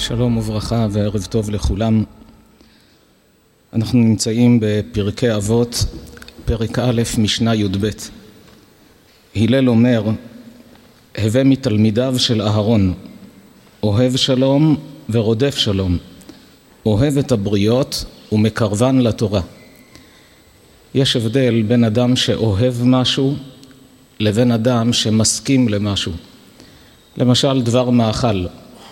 שלום וברכה וערב טוב לכולם. אנחנו נמצאים בפרקי אבות, פרק א', משנה י"ב. הלל אומר, הווה מתלמידיו של אהרון, אוהב שלום ורודף שלום, אוהב את הבריות ומקרבן לתורה. יש הבדל בין אדם שאוהב משהו לבין אדם שמסכים למשהו. למשל דבר מאכל.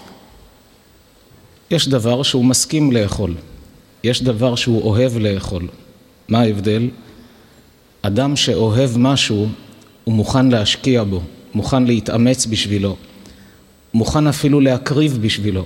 יש דבר שהוא מסכים לאכול, יש דבר שהוא אוהב לאכול. מה ההבדל? אדם שאוהב משהו הוא מוכן להשקיע בו, מוכן להתאמץ בשבילו, מוכן אפילו להקריב בשבילו.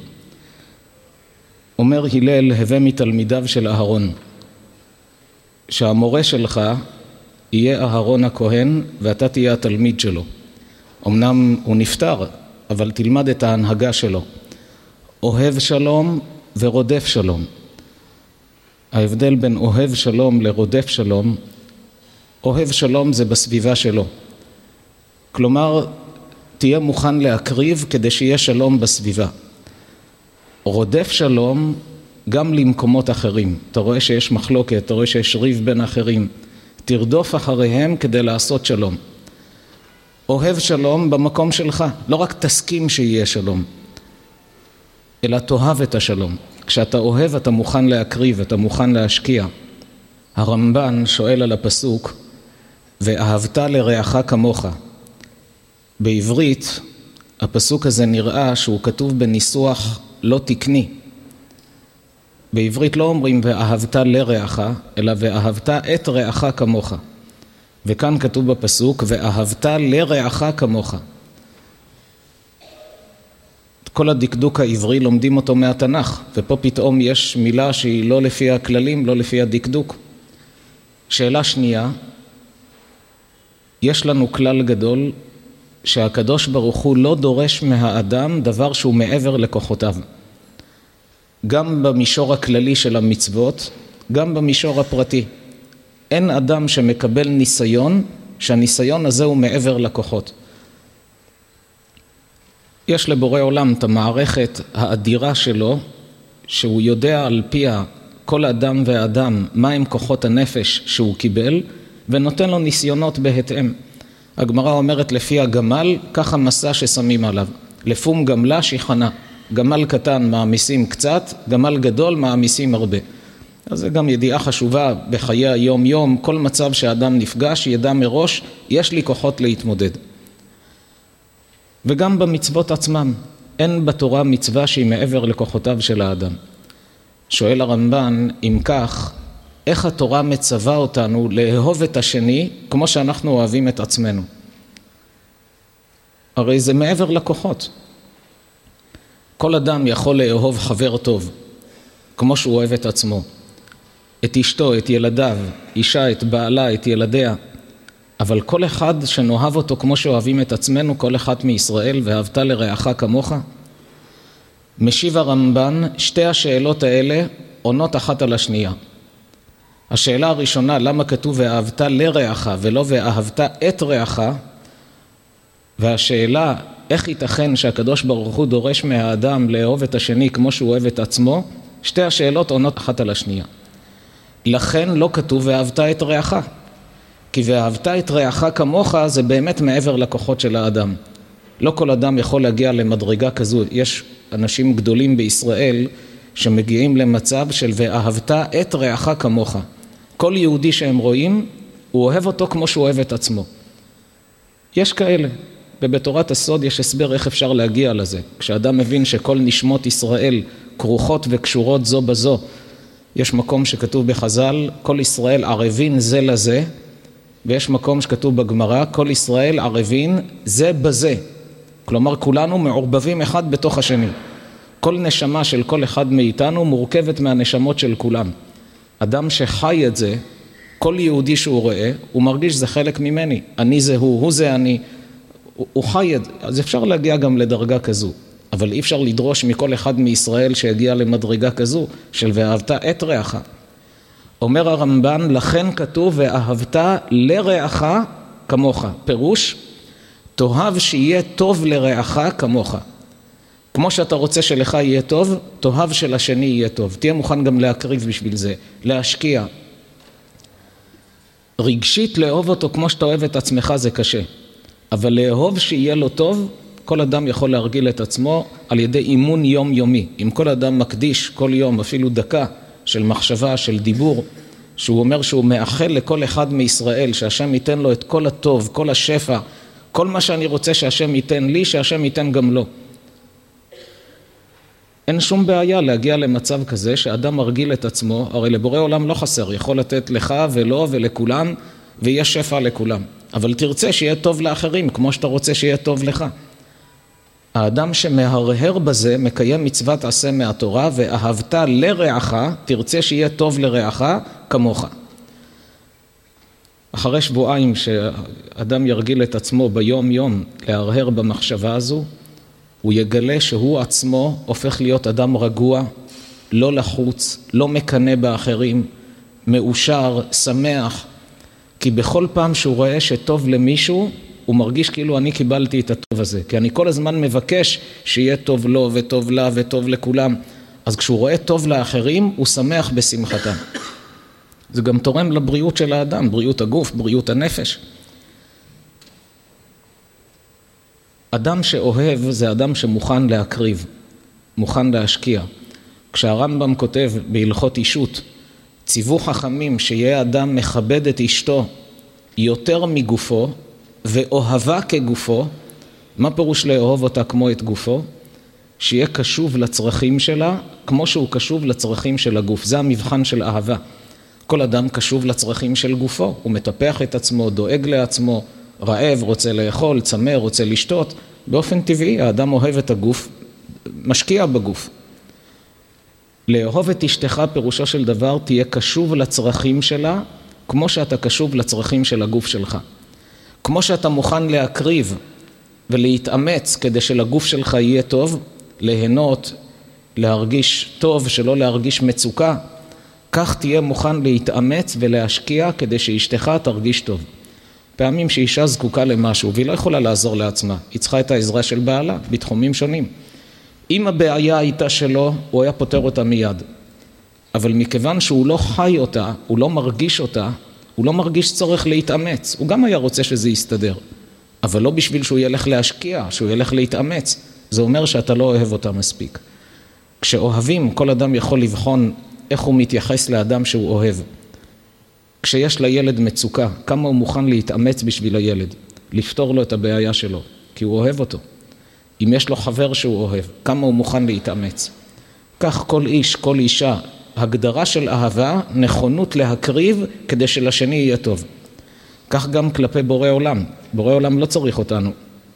אומר הלל, הווה מתלמידיו של אהרון, שהמורה שלך יהיה אהרון הכהן ואתה תהיה התלמיד שלו. אמנם הוא נפטר, אבל תלמד את ההנהגה שלו. אוהב שלום ורודף שלום. ההבדל בין אוהב שלום לרודף שלום, אוהב שלום זה בסביבה שלו. כלומר, תהיה מוכן להקריב כדי שיהיה שלום בסביבה. רודף שלום גם למקומות אחרים. אתה רואה שיש מחלוקת, אתה רואה שיש ריב בין אחרים. תרדוף אחריהם כדי לעשות שלום. אוהב שלום במקום שלך. לא רק תסכים שיהיה שלום, אלא תאהב את השלום. כשאתה אוהב אתה מוכן להקריב, אתה מוכן להשקיע. הרמב"ן שואל על הפסוק, ואהבת לרעך כמוך. בעברית הפסוק הזה נראה שהוא כתוב בניסוח לא תקני. בעברית לא אומרים ואהבת לרעך, אלא ואהבת את רעך כמוך. וכאן כתוב בפסוק ואהבת לרעך כמוך. כל הדקדוק העברי לומדים אותו מהתנ"ך, ופה פתאום יש מילה שהיא לא לפי הכללים, לא לפי הדקדוק. שאלה שנייה, יש לנו כלל גדול שהקדוש ברוך הוא לא דורש מהאדם דבר שהוא מעבר לכוחותיו. גם במישור הכללי של המצוות, גם במישור הפרטי. אין אדם שמקבל ניסיון, שהניסיון הזה הוא מעבר לכוחות. יש לבורא עולם את המערכת האדירה שלו, שהוא יודע על פיה כל אדם ואדם מהם כוחות הנפש שהוא קיבל, ונותן לו ניסיונות בהתאם. הגמרא אומרת לפי הגמל, ככה מסע ששמים עליו. לפום גמלה שיחנה. גמל קטן מעמיסים קצת, גמל גדול מעמיסים הרבה. אז זה גם ידיעה חשובה בחיי היום יום, כל מצב שאדם נפגש ידע מראש, יש לי כוחות להתמודד. וגם במצוות עצמם, אין בתורה מצווה שהיא מעבר לכוחותיו של האדם. שואל הרמב"ן, אם כך, איך התורה מצווה אותנו לאהוב את השני כמו שאנחנו אוהבים את עצמנו? הרי זה מעבר לכוחות. כל אדם יכול לאהוב חבר טוב, כמו שהוא אוהב את עצמו. את אשתו, את ילדיו, אישה, את בעלה, את ילדיה. אבל כל אחד שנאהב אותו כמו שאוהבים את עצמנו, כל אחד מישראל, ואהבת לרעך כמוך. משיב הרמב"ן, שתי השאלות האלה עונות אחת על השנייה. השאלה הראשונה, למה כתוב ואהבת לרעך ולא ואהבת את רעך? והשאלה, איך ייתכן שהקדוש ברוך הוא דורש מהאדם לאהוב את השני כמו שהוא אוהב את עצמו? שתי השאלות עונות אחת על השנייה. לכן לא כתוב ואהבת את רעך. כי ואהבת את רעך כמוך זה באמת מעבר לכוחות של האדם. לא כל אדם יכול להגיע למדרגה כזו. יש אנשים גדולים בישראל שמגיעים למצב של ואהבת את רעך כמוך. כל יהודי שהם רואים, הוא אוהב אותו כמו שהוא אוהב את עצמו. יש כאלה. ובתורת הסוד יש הסבר איך אפשר להגיע לזה. כשאדם מבין שכל נשמות ישראל כרוכות וקשורות זו בזו, יש מקום שכתוב בחז"ל, כל ישראל ערבין זה לזה, ויש מקום שכתוב בגמרא, כל ישראל ערבין זה בזה. כלומר, כולנו מעורבבים אחד בתוך השני. כל נשמה של כל אחד מאיתנו מורכבת מהנשמות של כולם. אדם שחי את זה, כל יהודי שהוא רואה, הוא מרגיש שזה חלק ממני. אני זה הוא זה אני. הוא חי את זה. אז אפשר להגיע גם לדרגה כזו. אבל אי אפשר לדרוש מכל אחד מישראל שיגיע למדרגה כזו, של ואהבת את רעך. אומר הרמב"ן, לכן כתוב ואהבת לרעך כמוך. פירוש, תאהב שיהיה טוב לרעך כמוך. כמו שאתה רוצה שלך יהיה טוב, תאהב של השני יהיה טוב. תהיה מוכן גם להקריב בשביל זה, להשקיע. רגשית לאהוב אותו כמו שאתה אוהב את עצמך זה קשה. אבל לאהוב שיהיה לו טוב, כל אדם יכול להרגיל את עצמו על ידי אימון יומיומי. אם כל אדם מקדיש כל יום אפילו דקה של מחשבה, של דיבור, שהוא אומר שהוא מאחל לכל אחד מישראל שהשם ייתן לו את כל הטוב, כל השפע, כל מה שאני רוצה שהשם ייתן לי, שהשם ייתן גם לו. אין שום בעיה להגיע למצב כזה שאדם מרגיל את עצמו, הרי לבורא עולם לא חסר, יכול לתת לך ולא ולכולם, ויש שפע לכולם. אבל תרצה שיהיה טוב לאחרים, כמו שאתה רוצה שיהיה טוב לך. האדם שמהרהר בזה מקיים מצוות עשה מהתורה, ואהבת לרעך, תרצה שיהיה טוב לרעך כמוך. אחרי שבועיים שאדם ירגיל את עצמו ביום יום להרהר במחשבה הזו, הוא יגלה שהוא עצמו הופך להיות אדם רגוע, לא לחוץ, לא מקנא באחרים, מאושר, שמח, כי בכל פעם שהוא רואה שטוב למישהו, הוא מרגיש כאילו אני קיבלתי את הטוב הזה, כי אני כל הזמן מבקש שיהיה טוב לו וטוב לה וטוב לכולם, אז כשהוא רואה טוב לאחרים, הוא שמח בשמחתם. זה גם תורם לבריאות של האדם, בריאות הגוף, בריאות הנפש. אדם שאוהב זה אדם שמוכן להקריב, מוכן להשקיע. כשהרמב"ם כותב בהלכות אישות, ציוו חכמים שיהיה אדם מכבד את אשתו יותר מגופו ואוהבה כגופו, מה פירוש לאהוב אותה כמו את גופו? שיהיה קשוב לצרכים שלה כמו שהוא קשוב לצרכים של הגוף, זה המבחן של אהבה. כל אדם קשוב לצרכים של גופו, הוא מטפח את עצמו, דואג לעצמו, רעב, רוצה לאכול, צמא, רוצה לשתות, באופן טבעי האדם אוהב את הגוף, משקיע בגוף. לאהוב את אשתך פירושו של דבר תהיה קשוב לצרכים שלה, כמו שאתה קשוב לצרכים של הגוף שלך. כמו שאתה מוכן להקריב ולהתאמץ כדי שלגוף שלך יהיה טוב, ליהנות, להרגיש טוב, שלא להרגיש מצוקה, כך תהיה מוכן להתאמץ ולהשקיע כדי שאשתך תרגיש טוב. פעמים שאישה זקוקה למשהו והיא לא יכולה לעזור לעצמה, היא צריכה את העזרה של בעלה בתחומים שונים. אם הבעיה הייתה שלו, הוא היה פותר אותה מיד. אבל מכיוון שהוא לא חי אותה, הוא לא מרגיש אותה, הוא לא מרגיש צורך להתאמץ. הוא גם היה רוצה שזה יסתדר, אבל לא בשביל שהוא ילך להשקיע, שהוא ילך להתאמץ. זה אומר שאתה לא אוהב אותה מספיק. כשאוהבים, כל אדם יכול לבחון איך הוא מתייחס לאדם שהוא אוהב. כשיש לילד מצוקה, כמה הוא מוכן להתאמץ בשביל הילד, לפתור לו את הבעיה שלו, כי הוא אוהב אותו. אם יש לו חבר שהוא אוהב, כמה הוא מוכן להתאמץ. כך כל איש, כל אישה, הגדרה של אהבה, נכונות להקריב כדי שלשני יהיה טוב. כך גם כלפי בורא עולם. בורא עולם לא צריך אותנו.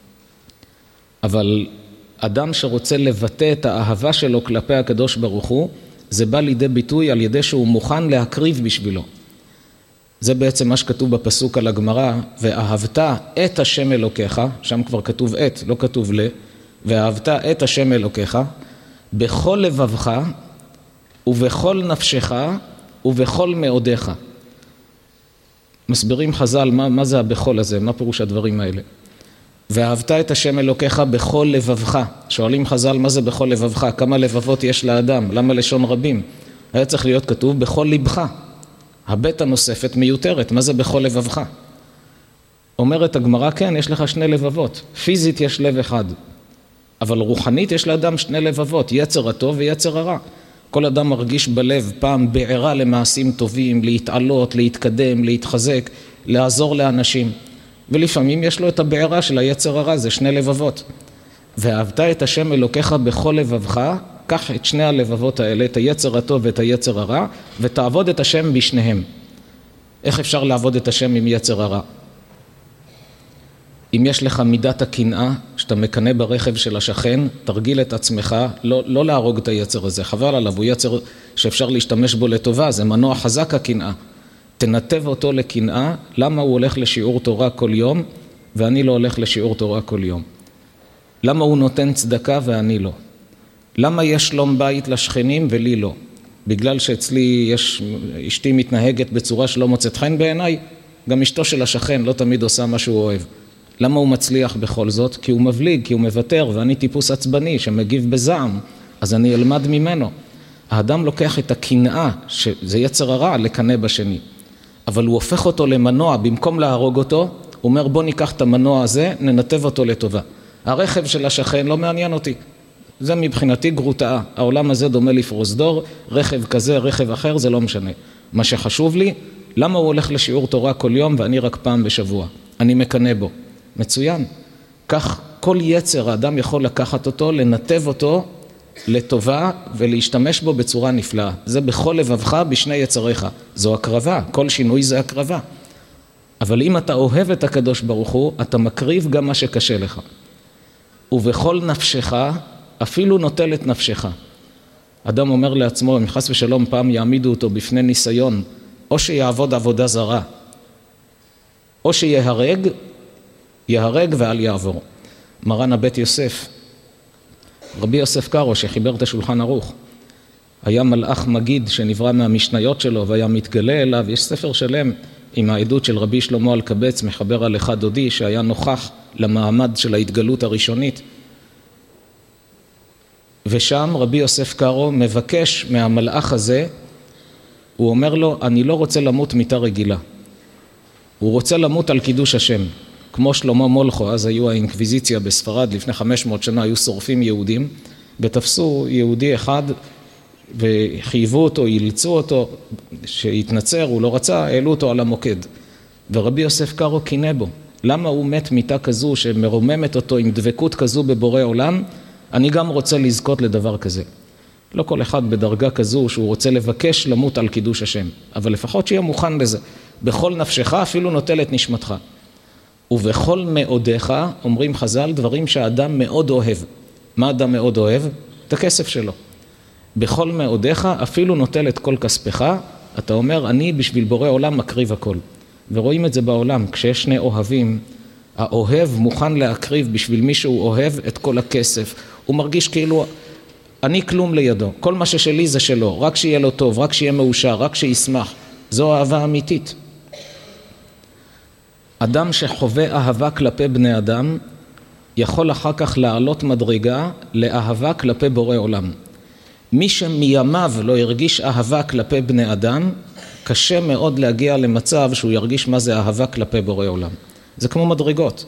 אבל אדם שרוצה לבטא את האהבה שלו כלפי הקדוש ברוך הוא, זה בא לידי ביטוי על ידי שהוא מוכן להקריב בשבילו. זה בעצם מה שכתוב בפסוק על הגמרא, ואהבת את השם אלוקיך, שם כבר כתוב את, לא כתוב ל, ואהבת את השם אלוקיך, בכל לבבך ובכל נפשך ובכל מאודיך. מסבירים חז"ל מה זה הבכל הזה, מה פירוש הדברים האלה. ואהבת את השם אלוקיך בכל לבבך. שואלים חז"ל מה זה בכל לבבך, כמה לבבות יש לאדם, למה לשון רבים? היה צריך להיות כתוב בכל לבך. הבית הנוספת מיותרת, מה זה בכל לבבך? אומרת הגמרא, כן, יש לך שני לבבות. פיזית יש לב אחד, אבל רוחנית יש לאדם שני לבבות, יצר הטוב ויצר הרע. כל אדם מרגיש בלב פעם בעירה למעשים טובים, להתעלות, להתקדם, להתחזק, לעזור לאנשים. ולפעמים יש לו את הבעירה של היצר הרע, זה שני לבבות. ואהבת את השם אלוקיך בכל לבבך, קח את שני הלבבות האלה, את היצר הטוב ואת היצר הרע, ותעבוד את השם בשניהם. איך אפשר לעבוד את השם עם יצר הרע? אם יש לך מידת הקנאה, שאתה מקנא ברכב של השכן, תרגיל את עצמך, לא להרוג את היצר הזה, חבל עליו, הוא יצר שאפשר להשתמש בו לטובה, זה מנוע חזק הקנאה. תנתב אותו לקנאה, למה הוא הולך לשיעור תורה כל יום, ואני לא הולך לשיעור תורה כל יום? למה הוא נותן צדקה ואני לא? למה יש שלום בית לשכנים ולי לא? בגלל שאצלי אשתי מתנהגת בצורה שלא מוצאת חן בעיניי, גם אשתו של השכן לא תמיד עושה מה שהוא אוהב. למה הוא מצליח בכל זאת? כי הוא מבליג, כי הוא מוותר, ואני טיפוס עצבני שמגיב בזעם, אז אני אלמד ממנו. האדם לוקח את הקנאה, שזה יצר הרע, לקנא בשני. אבל הוא הופך אותו למנוע, במקום להרוג אותו, הוא אומר בוא ניקח את המנוע הזה, ננתב אותו לטובה. הרכב של השכן לא מעניין אותי. זה מבחינתי גרוטאה. העולם הזה דומה לפרוזדור, רכב כזה, רכב אחר, זה לא משנה. מה שחשוב לי, למה הוא הולך לשיעור תורה כל יום ואני רק פעם בשבוע? אני מקנא בו. מצוין. כך כל יצר האדם יכול לקחת אותו, לנתב אותו לטובה ולהשתמש בו בצורה נפלאה. זה בכל לבבך בשני יצריך. זו הקרבה, כל שינוי זה הקרבה. אבל אם אתה אוהב את הקדוש ברוך הוא, אתה מקריב גם מה שקשה לך. ובכל נפשך, אפילו נוטל את נפשך. אדם אומר לעצמו, אם חס ושלום פעם יעמידו אותו בפני ניסיון, או שיעבוד עבודה זרה, או שיהרג ואל יעבור. מרן הבית יוסף, רבי יוסף קארו שחיבר את השולחן ערוך, היה מלאך מגיד שנברא מהמשניות שלו והיה מתגלה אליו. יש ספר שלם עם העדות של רבי שלמה אלקבץ, מחבר על אחד דודי שהיה נוכח למעמד של ההתגלות הראשונית. ושם רבי יוסף קארו מבקש מהמלאך הזה, הוא אומר לו, אני לא רוצה למות מיתה רגילה. הוא רוצה למות על קידוש השם. כמו שלמה מולכו, אז היו האינקוויזיציה בספרד, לפני 500 שנה היו שורפים יהודים, ותפסו יהודי אחד וחייבו אותו, ילצו אותו, שהתנצר, הוא לא רצה, העלו אותו על המוקד. ורבי יוסף קארו קינא בו. למה הוא מת מיתה כזו שמרוממת אותו עם דבקות כזו בבורא עולם? אני גם רוצה לזכות לדבר כזה. לא כל אחד בדרגה כזו שהוא רוצה לבקש למות על קידוש השם, אבל לפחות שיהיה מוכן לזה. בכל נפשך אפילו נוטל את נשמתך. ובכל מאודיך, אומרים חז"ל, דברים שהאדם מאוד אוהב. מה אדם מאוד אוהב? את הכסף שלו. בכל מאודיך אפילו נוטל את כל כספך, אתה אומר, אני בשביל בורא עולם מקריב הכל. ורואים את זה בעולם, כשיש שני אוהבים, האוהב מוכן להקריב בשביל מי שהוא אוהב את כל הכסף. הוא מרגיש כאילו, אני כלום לידו, כל מה ששלי זה שלו, רק שיהיה לו טוב, רק שיהיה מאושר, רק שישמח. זו אהבה אמיתית. אדם שחווה אהבה כלפי בני אדם, יכול אחר כך לעלות מדרגה לאהבה כלפי בורא עולם. מי שמיימיו לא ירגיש אהבה כלפי בני אדם, קשה מאוד להגיע למצב שהוא ירגיש מה זה אהבה כלפי בורא עולם. זה כמו מדרגות.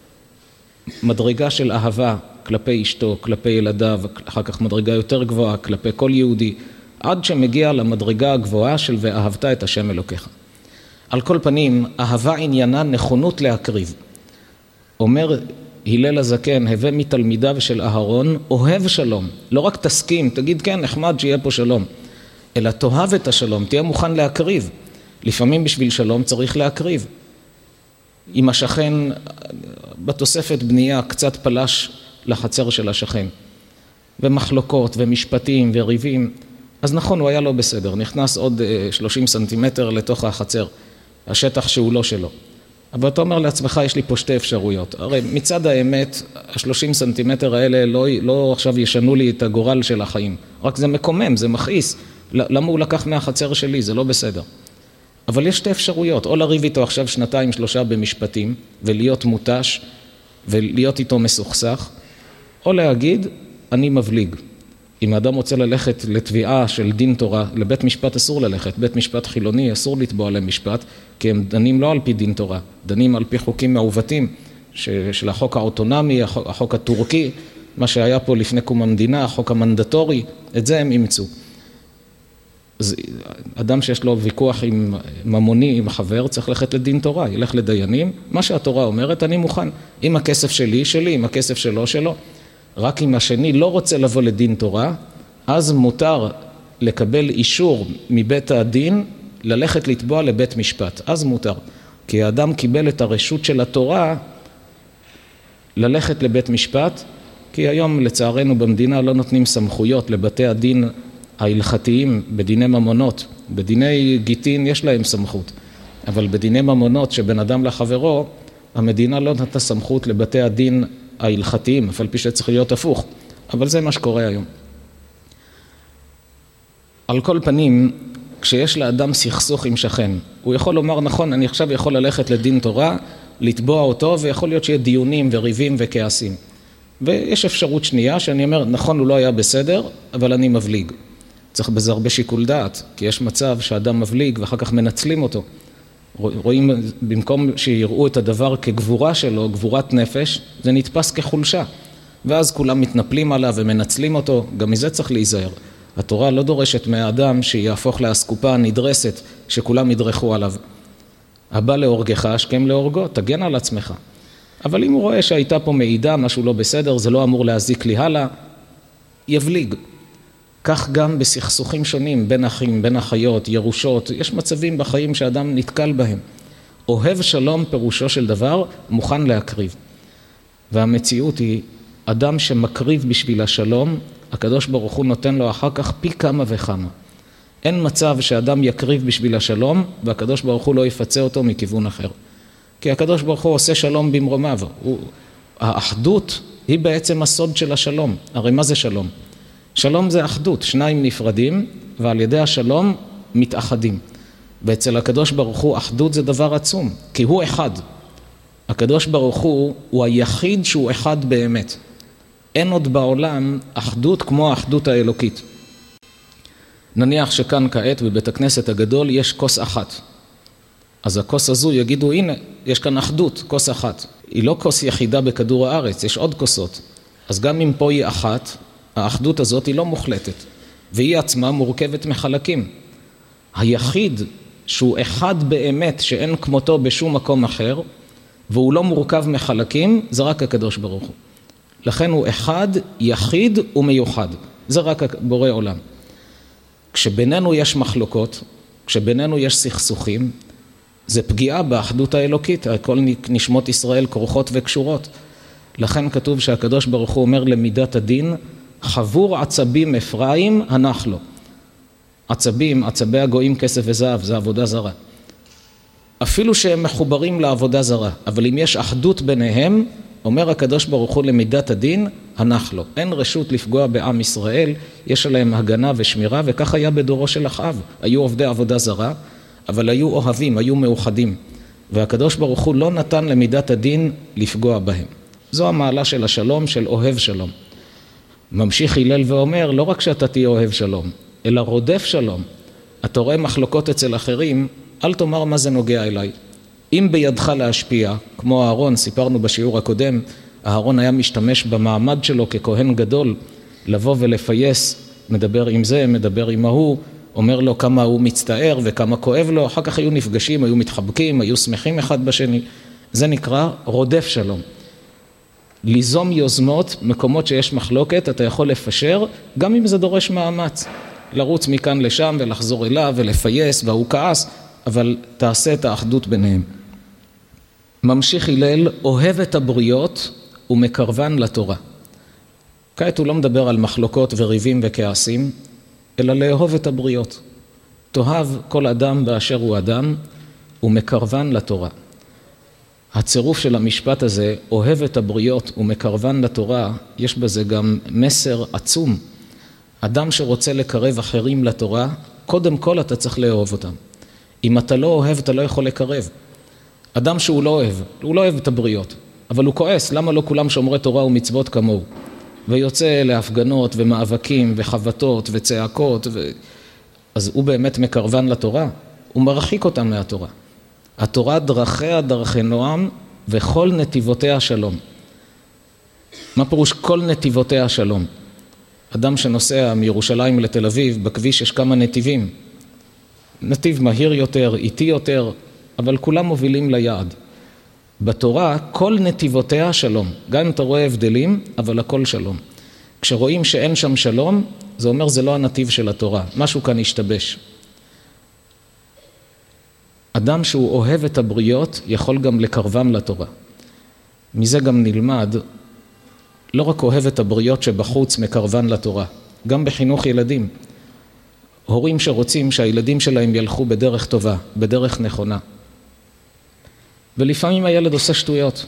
מדרגה של אהבה כלפי אשתו, כלפי ילדיו, אחר כך מדרגה יותר גבוהה כלפי כל יהודי, עד שמגיע למדרגה הגבוהה של ואהבת את השם אלוקיך. על כל פנים, אהבה עניינה נכונות להקריב. אומר הלל הזקן, הווה מתלמידיו של אהרון, אוהב שלום. לא רק תסכים, תגיד כן, נחמד שיהיה פה שלום, אלא תאהב את השלום, תהיה מוכן להקריב. לפעמים בשביל שלום צריך להקריב. אם השכן בתוספת בנייה קצת פלש לחצר של השכן, ומחלוקות ומשפטים וריבים, אז נכון, הוא היה לא בסדר, נכנס עוד 30 סנטימטר לתוך החצר, השטח שהוא לא שלו. אבל אתה אומר לעצמך, יש לי פה שתי אפשרויות. הרי מצד האמת, ה-30 סנטימטר האלה לא עכשיו ישנו לי את הגורל של החיים. רק זה מקומם, זה מכעיס. למה הוא לקח מהחצר שלי? זה לא בסדר. אבל יש שתי אפשרויות, או לריב איתו עכשיו 2-3 במשפטים, ולהיות מותש, ולהיות איתו מסוכסך, או להגיד, אני מבליג. אם האדם רוצה ללכת לתביעה של דין תורה, לבית משפט אסור ללכת, בית משפט חילוני אסור לתבוע להם משפט, כי הם דנים לא על פי דין תורה, דנים על פי חוקים מעוותים, של החוק האוטונומי, החוק הטורקי, מה שהיה פה לפני קום המדינה, החוק המנדטורי, את זה הם אימצו. אז אדם שיש לו ויכוח עם ממוני, עם חבר, צריך ללכת לדין תורה, ילך לדיינים, מה שהתורה אומרת, אני מוכן. אם הכסף שלי, שלי, אם הכסף שלו, שלו. רק אם השני לא רוצה לבוא לדין תורה, אז מותר לקבל אישור מבית הדין, ללכת לתבוע לבית משפט. אז מותר. כי האדם קיבל את הרשות של התורה ללכת לבית משפט, כי היום לצערנו במדינה לא נותנים סמכויות לבתי הדין ההלכתיים בדיני ממונות. בדיני גיטין יש להם סמכות, אבל בדיני ממונות שבן אדם לחברו, המדינה לא נתנה סמכות לבתי הדין ההלכתיים, אף על פי שצריך להיות הפוך, אבל זה מה שקורה היום. על כל פנים, כשיש לאדם סכסוך עם שכן, הוא יכול לומר, נכון, אני עכשיו יכול ללכת לדין תורה, לתבוע אותו, ויכול להיות שיהיה דיונים וריבים וכעסים. ויש אפשרות שנייה שאני אומר, נכון, הוא לא היה בסדר, אבל אני מבליג. צריך בזה הרבה שיקול דעת, כי יש מצב שאדם מבליג ואחר כך מנצלים אותו. רואים, במקום שיראו את הדבר כגבורה שלו, גבורת נפש, זה נתפס כחולשה. ואז כולם מתנפלים עליו ומנצלים אותו, גם מזה צריך להיזהר. התורה לא דורשת מהאדם שיהפוך לאסקופה הנדרסת, שכולם ידרכו עליו. הבא להורגך, השכם להורגו, תגן על עצמך. אבל אם הוא רואה שהייתה פה מעידה, משהו לא בסדר, זה לא אמור להזיק לי הלאה, יבליג. כך גם בסכסוכים שונים, בין אחים, בין אחיות, ירושות, יש מצבים בחיים שאדם נתקל בהם. אוהב שלום פירושו של דבר, מוכן להקריב. והמציאות היא, אדם שמקריב בשביל השלום, הקדוש ברוך הוא נותן לו אחר כך פי כמה וכמה. אין מצב שאדם יקריב בשביל השלום, והקדוש ברוך הוא לא יפצה אותו מכיוון אחר. כי הקדוש ברוך הוא עושה שלום במרומיו. האחדות היא בעצם הסוד של השלום. הרי מה זה שלום? שלום זה אחדות, שניים נפרדים, ועל ידי השלום מתאחדים. ואצל הקדוש ברוך הוא אחדות זה דבר עצום, כי הוא אחד. הקדוש ברוך הוא היחיד שהוא אחד באמת. אין עוד בעולם אחדות כמו האחדות האלוקית. נניח שכאן כעת בבית הכנסת הגדול יש כוס אחת. אז הכוס הזו יגידו, הנה, יש כאן אחדות, כוס אחת. היא לא כוס יחידה בכדור הארץ, יש עוד כוסות. אז גם אם פה היא אחת, האחדות הזאת היא לא מוחלטת. והיא עצמה מורכבת מחלקים. היחיד שהוא אחד באמת, שאין כמותו בשום מקום אחר, והוא לא מורכב מחלקים, זה רק הקדוש ברוך הוא. לכן הוא אחד, יחיד ומיוחד. זה רק בורא עולם. כשבינינו יש מחלוקות, כשבינינו יש סכסוכים, זה פגיעה באחדות האלוקית. כל נשמות ישראל כרוכות וקשורות. לכן כתוב שהקדוש ברוך הוא אומר למידת הדין, חבור עצבים אפרים הנח לו. עצבים, עצבי הגויים כסף וזהב, זה עבודה זרה. אפילו שהם מחוברים לעבודה זרה, אבל אם יש אחדות ביניהם, אומר הקדוש ברוך הוא למידת הדין, הנח לו. אין רשות לפגוע בעם ישראל, יש עליהם הגנה ושמירה, וכך היה בדורו של אחאב. היו עובדי עבודה זרה, אבל היו אוהבים, היו מאוחדים. והקדוש ברוך הוא לא נתן למידת הדין לפגוע בהם. זו המעלה של השלום, של אוהב שלום. ממשיך הלל ואומר, לא רק שאתה תהיה אוהב שלום, אלא רודף שלום. אתה רואה מחלוקות אצל אחרים, אל תאמר מה זה נוגע אליי. אם בידך להשפיע, כמו אהרון, סיפרנו בשיעור הקודם, אהרון היה משתמש במעמד שלו ככהן גדול, לבוא ולפייס, מדבר עם זה, מדבר עם ההוא, אומר לו כמה הוא מצטער וכמה כואב לו, אחר כך היו נפגשים, היו מתחבקים, היו שמחים אחד בשני. זה נקרא רודף שלום. ליזום יוזמות, מקומות שיש מחלוקת, אתה יכול לפשר, גם אם זה דורש מאמץ. לרוץ מכאן לשם ולחזור אליו ולפייס, והוא כעס, אבל תעשה את האחדות ביניהם. ממשיך הלל, אוהב את הבריות ומקרבן לתורה. כעת הוא לא מדבר על מחלוקות וריבים וכעסים, אלא לאהוב את הבריות. תאהב כל אדם באשר הוא אדם ומקרבן לתורה. הצירוף של המשפט הזה, אוהב את הבריות ומקרבן לתורה, יש בזה גם מסר עצום. אדם שרוצה לקרב אחרים לתורה, קודם כל אתה צריך לאהוב אותם. אם אתה לא אוהב, אתה לא יכול לקרב. אדם שהוא לא אוהב, הוא לא אוהב את הבריות, אבל הוא כועס, למה לא כולם שומרי תורה ומצוות כמוהו? ויוצא להפגנות ומאבקים וחבטות וצעקות, אז הוא באמת מקרבן לתורה, הוא מרחיק אותם מהתורה. התורה דרכיה דרכי נועם וכל נתיבותיה שלום. מה פירוש כל נתיבותיה שלום? אדם שנוסע מירושלים לתל אביב, בכביש יש כמה נתיבים. נתיב מהיר יותר, איטי יותר, אבל כולם מובילים ליעד. בתורה כל נתיבותיה שלום. גם אם אתה רואה הבדלים, אבל הכל שלום. כשרואים שאין שם שלום, זה אומר זה לא הנתיב של התורה. משהו כאן ישתבש. אדם שהוא אוהב את הבריות יכול גם לקרבם לתורה. מזה גם נלמד, לא רק אוהב את הבריות שבחוץ מקרבן לתורה, גם בחינוך ילדים. הורים שרוצים שהילדים שלהם ילכו בדרך טובה, בדרך נכונה. ולפעמים הילד עושה שטויות.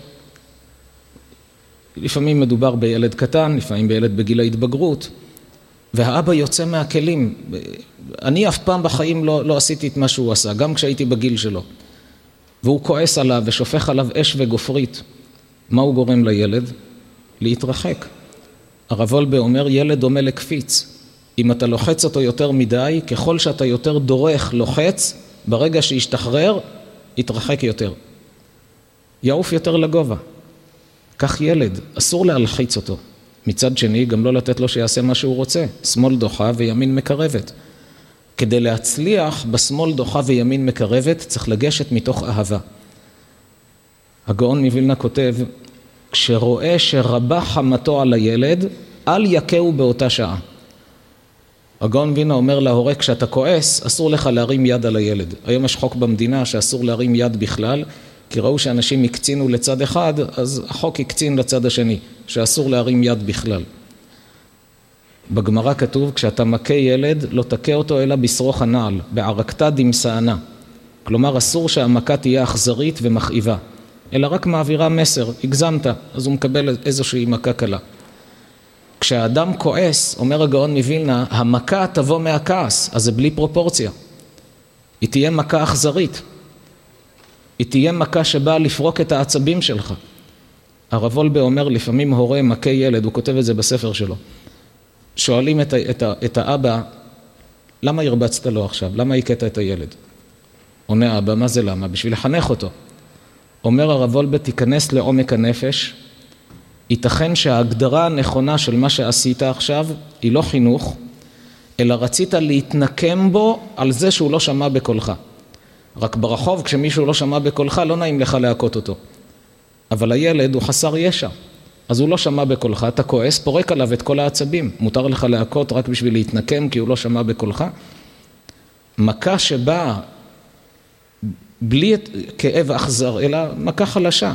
לפעמים מדובר בילד קטן, לפעמים בילד בגיל ההתבגרות, והאבא יוצא מהכלים. אני אף פעם בחיים לא עשיתי את מה שהוא עשה, גם כשהייתי בגיל שלו. והוא כועס עליו ושופך עליו אש וגופרית, מה הוא גורם לילד? להתרחק. הרב וולבה אומר, ילד דומה לקפיץ. אם אתה לוחץ אותו יותר מדי, ככל שאתה יותר דורך, לוחץ, ברגע שישתחרר, יתרחק יותר. יעוף יותר לגובה. כך ילד, אסור להלחיץ אותו. מצד שני, גם לא לתת לו שיעשה מה שהוא רוצה. שמאל דוחה וימין מקרבת. כדי להצליח בשמאל דוחה וימין מקרבת, צריך לגשת מתוך אהבה. הגאון מווילנה כותב, כשרואה שרבה חמתו על הילד, אל יקהו באותה שעה. הגאון מווילנה אומר להורה, כשאתה כועס, אסור לך להרים יד על הילד. היום יש חוק במדינה שאסור להרים יד בכלל, כי ראו שאנשים הקצינו לצד אחד, אז החוק הקצין לצד השני, שאסור להרים יד בכלל. בגמרא כתוב, כשאתה מכה ילד, לא תכה אותו אלא בשרוך הנעל, בערקתא דמסענה. כלומר, אסור שהמכה תהיה אכזרית ומכאיבה, אלא רק מעבירה מסר, הגזמת, אז הוא מקבל איזושהי מכה קלה. כשהאדם כועס, אומר הגאון מווילנה, המכה תבוא מהכעס, אז זה בלי פרופורציה. היא תהיה מכה אכזרית. היא תהיה מכה שבאה לפרוק את העצבים שלך. הרב וולבה אומר, לפעמים הורה מכה ילד, הוא כותב את זה בספר שלו. שואלים את האבא, למה הרבצת לו עכשיו? למה הכית את הילד? עונה האבא, מה זה למה? בשביל לחנך אותו. אומר הרב וולבה, תיכנס לעומק הנפש, ייתכן שההגדרה הנכונה של מה שעשית עכשיו היא לא חינוך, אלא רצית להתנקם בו על זה שהוא לא שמע בקולך. רק ברחוב כשמישהו לא שמע בקולך לא נעים לך להכות אותו. אבל הילד הוא חסר ישע, אז הוא לא שמע בקולך, אתה כועס, פורק עליו את כל העצבים. מותר לך להכות רק בשביל להתנקם כי הוא לא שמע בקולך. מכה שבאה בלי כאב אכזר, אלא מכה חלשה.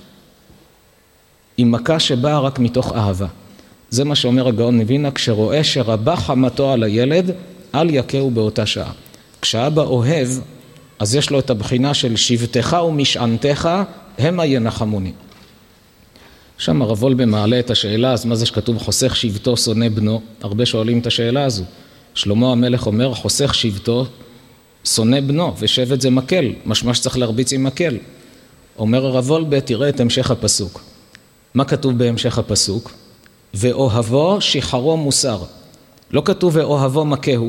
היא מכה שבאה רק מתוך אהבה. זה מה שאומר הגאון מווילנה, כשרואה שרבה חמתו על הילד, אל יכהו באותה שעה. כשאבא אוהב, אז יש לו את הבחינה של שבטך ומשענתך, המה ינחמוני. שם הרב וולבה מעלה את השאלה, אז מה זה שכתוב חוסך שבטו שונא בנו? הרבה שואלים את השאלה הזו. שלמה המלך אומר, חוסך שבטו שונא בנו, ושבט זה מקל, משמע שצריך להרביץ עם מקל. אומר הרב וולבה, תראה את המשך הפסוק. מה כתוב בהמשך הפסוק? ואוהבו שחרו מוסר. לא כתוב ואוהבו מכהו.